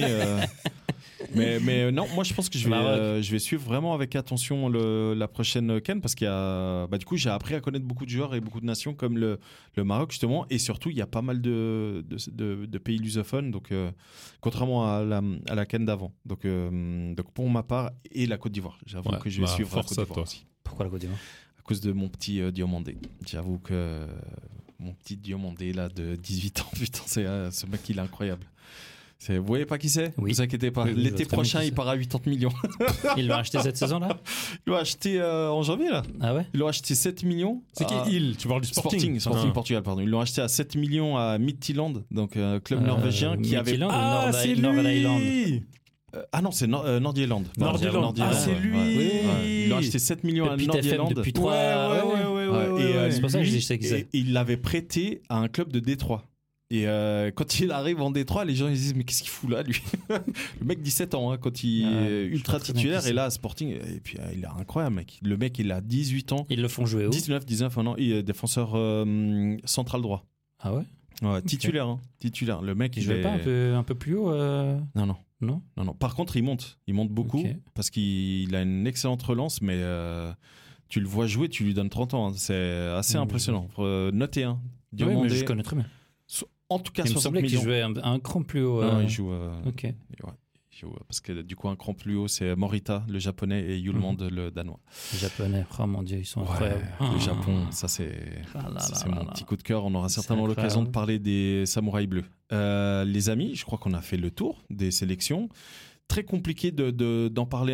Mais non, moi, je pense que Maroc. je vais suivre vraiment avec attention la prochaine CAN parce qu'il y a. Bah, du coup, j'ai appris à connaître beaucoup de joueurs et beaucoup de nations comme le Maroc, justement. Et surtout, il y a pas mal de pays lusophones, donc, contrairement à la CAN d'avant. Donc, pour ma part, et la Côte d'Ivoire. J'avoue Ouais, que je vais bah, suivre la force Côte à d'Ivoire toi. aussi. Pourquoi la Côte d'Ivoire? À cause de mon petit Diomandé. J'avoue que mon petit Diomandé là de 18 ans, putain, ce mec il est incroyable. Vous voyez pas qui c'est? Oui. Vous inquiétez pas. Oui, oui, je L'été vois très prochain, bien qui il part à 80 millions. Ils l'ont acheté cette saison-là? Il l'a acheté en janvier là. Ah ouais? Ils l'ont acheté 7 millions. C'est à- qui il? Tu parles du Sporting? Sporting Ah. Portugal, pardon. Ils l'ont acheté à 7 millions à Midtjylland, donc un club norvégien qui avait. Midtjylland ou Ah, c'est Nord Island? lui! Ah non, c'est Nordjylland. Nordjylland. Ah, c'est lui. Ils l'ont acheté 7 millions à Depuis TFM, Nordjylland. depuis 3 Ouais, et c'est pour ça que je lui, sais que c'est. et il l'avait prêté à un club de Détroit. Et quand il arrive en Détroit, les gens ils disent mais qu'est-ce qu'il fout là lui? Le mec 17 ans hein, quand il est ultra je vois très bien titulaire qui et c'est. là à Sporting et puis il est incroyable mec. Le mec il a 18 ans, Ils le font jouer où? 19 un an, il est défenseur central droit. Ah ouais? Ouais, titulaire hein, titulaire. Le mec Il il jouait est pas un peu plus haut? Non. Non? Par contre, il monte beaucoup Ok. parce qu'il a une excellente relance, mais tu le vois jouer, tu lui donnes 30 ans. hein. C'est assez Oui, impressionnant. Notez, hein. Oui, Diomandé, mais je connais très bien. en tout cas Il me 60 semblait qu'il millions. jouait un cran plus haut. Non, il joue. Ok. Ouais, il joue, parce que du coup, un cran plus haut, c'est Morita, le japonais, et Yulmand, le danois. Les Japonais, oh mon dieu, ils sont Ouais, incroyables. le Japon, ça c'est. Ah là Ça, là c'est là mon là. petit coup de cœur. On aura C'est certainement l'occasion de incroyable. parler des samouraïs bleus. Les amis, je crois qu'on a fait le tour des sélections. Très compliqué d'en parler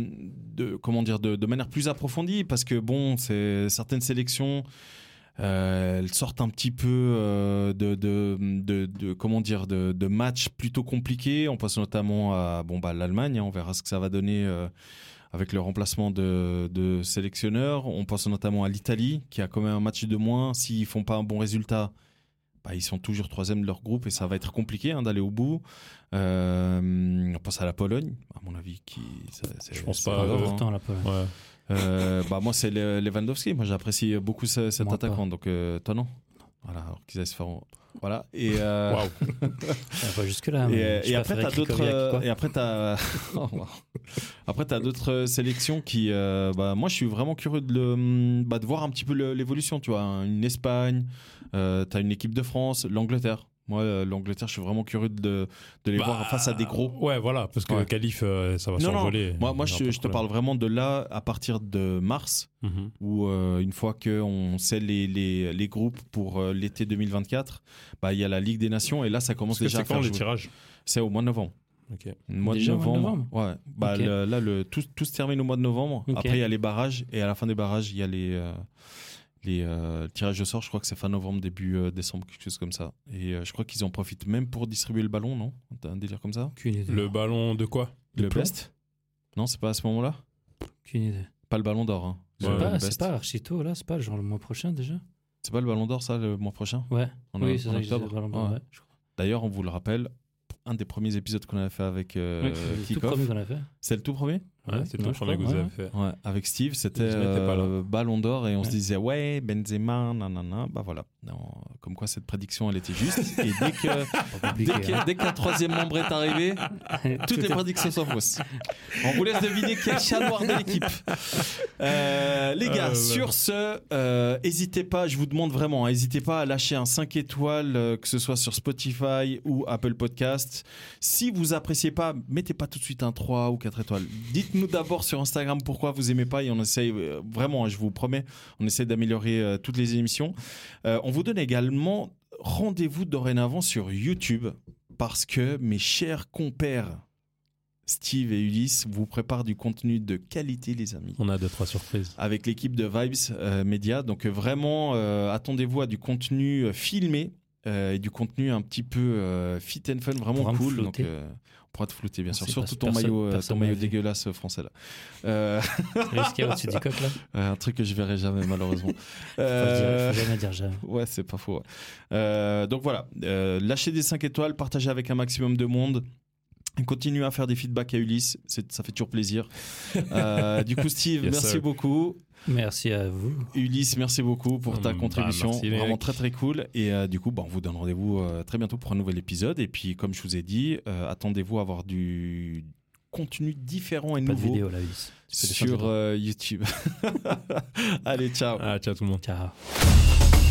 de manière plus approfondie parce que bon, c'est certaines sélections. Elles sortent un petit peu de matchs plutôt compliqués. On passe notamment à l'Allemagne. On verra ce que ça va donner avec le remplacement de sélectionneurs. On pense notamment à l'Italie, qui a quand même un match de moins. S'ils font pas un bon résultat, ils sont toujours troisième de leur groupe et ça va être compliqué d'aller au bout. On pense à la Pologne, à mon avis. Je pense pas. Important, la Pologne. Ouais. Moi, c'est Lewandowski. Moi, j'apprécie beaucoup cet attaquant. Donc, toi, non. Voilà, alors qu'ils aillent se faire. Voilà. Et Waouh. Pas jusque-là. Et après, t'as d'autres. Et après, t'as d'autres sélections qui. Moi, je suis vraiment curieux de voir un petit peu l'évolution. Tu vois, une Espagne. T'as une équipe de France, l'Angleterre. Moi, l'Angleterre, je suis vraiment curieux de les voir face à des gros. Ouais, voilà, parce que le qualif, ça va s'envoler. Moi je te parle vraiment de là, à partir de mars, où une fois qu'on sait les groupes pour l'été 2024, il y a la Ligue des Nations, et là, ça commence déjà à faire les tirages. C'est au mois de novembre. Okay. Mois de novembre. Ouais. Là, tout se termine au mois de novembre. Okay. Après, il y a les barrages, et à la fin des barrages, il y a les tirages de sort. Je crois que c'est fin novembre, début décembre, quelque chose comme ça. Et je crois qu'ils en profitent même pour distribuer le ballon, non? T'as un délire comme ça? Le ballon de quoi? Le best? Non, c'est pas à ce moment-là? Aucune idée. Pas le ballon d'or. C'est pas archi-tôt, là? C'est pas genre le mois prochain déjà? C'est pas le ballon d'or, ça, le mois prochain? Ouais. Oui, c'est ça, octobre. le ballon d'or, ouais. D'ailleurs, on vous le rappelle, un des premiers épisodes qu'on avait fait avec c'est le tout premier qu'on a fait. C'est le tout premier? Ouais, c'est le tout premier que vous avez fait. Ouais, avec Steve, c'était ballon d'or et on se disait Benzema, nanana, voilà. Non, comme quoi cette prédiction elle était juste. Et dès qu'un troisième membre est arrivé, toutes les prédictions sont fausses. On vous laisse deviner quel chat noir de l'équipe. Les gars, sur ce, n'hésitez pas, je vous demande vraiment, n'hésitez pas à lâcher un 5 étoiles, que ce soit sur Spotify ou Apple Podcast. Si vous appréciez pas, mettez pas tout de suite un 3 ou 4 étoiles. Dites-nous d'abord sur Instagram pourquoi vous aimez pas et on essaye vraiment, je vous promets, on essaie d'améliorer toutes les émissions. On vous donne également rendez-vous dorénavant sur YouTube parce que mes chers compères Steve et Ulysse vous préparent du contenu de qualité, les amis. On a 2-3 surprises. Avec l'équipe de Vibes Media. Donc vraiment, attendez-vous à du contenu filmé et du contenu un petit peu fit and fun, vraiment cool. Donc, on pourra te flouter, bien sûr. Surtout ton maillot dégueulasse français là. Est-ce qu'il y a au-dessus du coq là? Un truc que je verrai jamais, malheureusement. Faut jamais dire jamais. Ouais, c'est pas faux. Donc voilà, lâchez des 5 étoiles, partagez avec un maximum de monde. Continuez à faire des feedbacks à Ulysse, ça fait toujours plaisir. Du coup, Steve, merci beaucoup. Merci à vous. Ulysse, merci beaucoup pour ta contribution. Merci, vraiment très très cool. Et du coup, on vous donne rendez-vous très bientôt pour un nouvel épisode. Et puis, comme je vous ai dit, attendez-vous à avoir du contenu différent et nouveau. Pas de vidéo là, Ulysse. Sur YouTube. Allez, ciao. Ciao tout le monde. Ciao.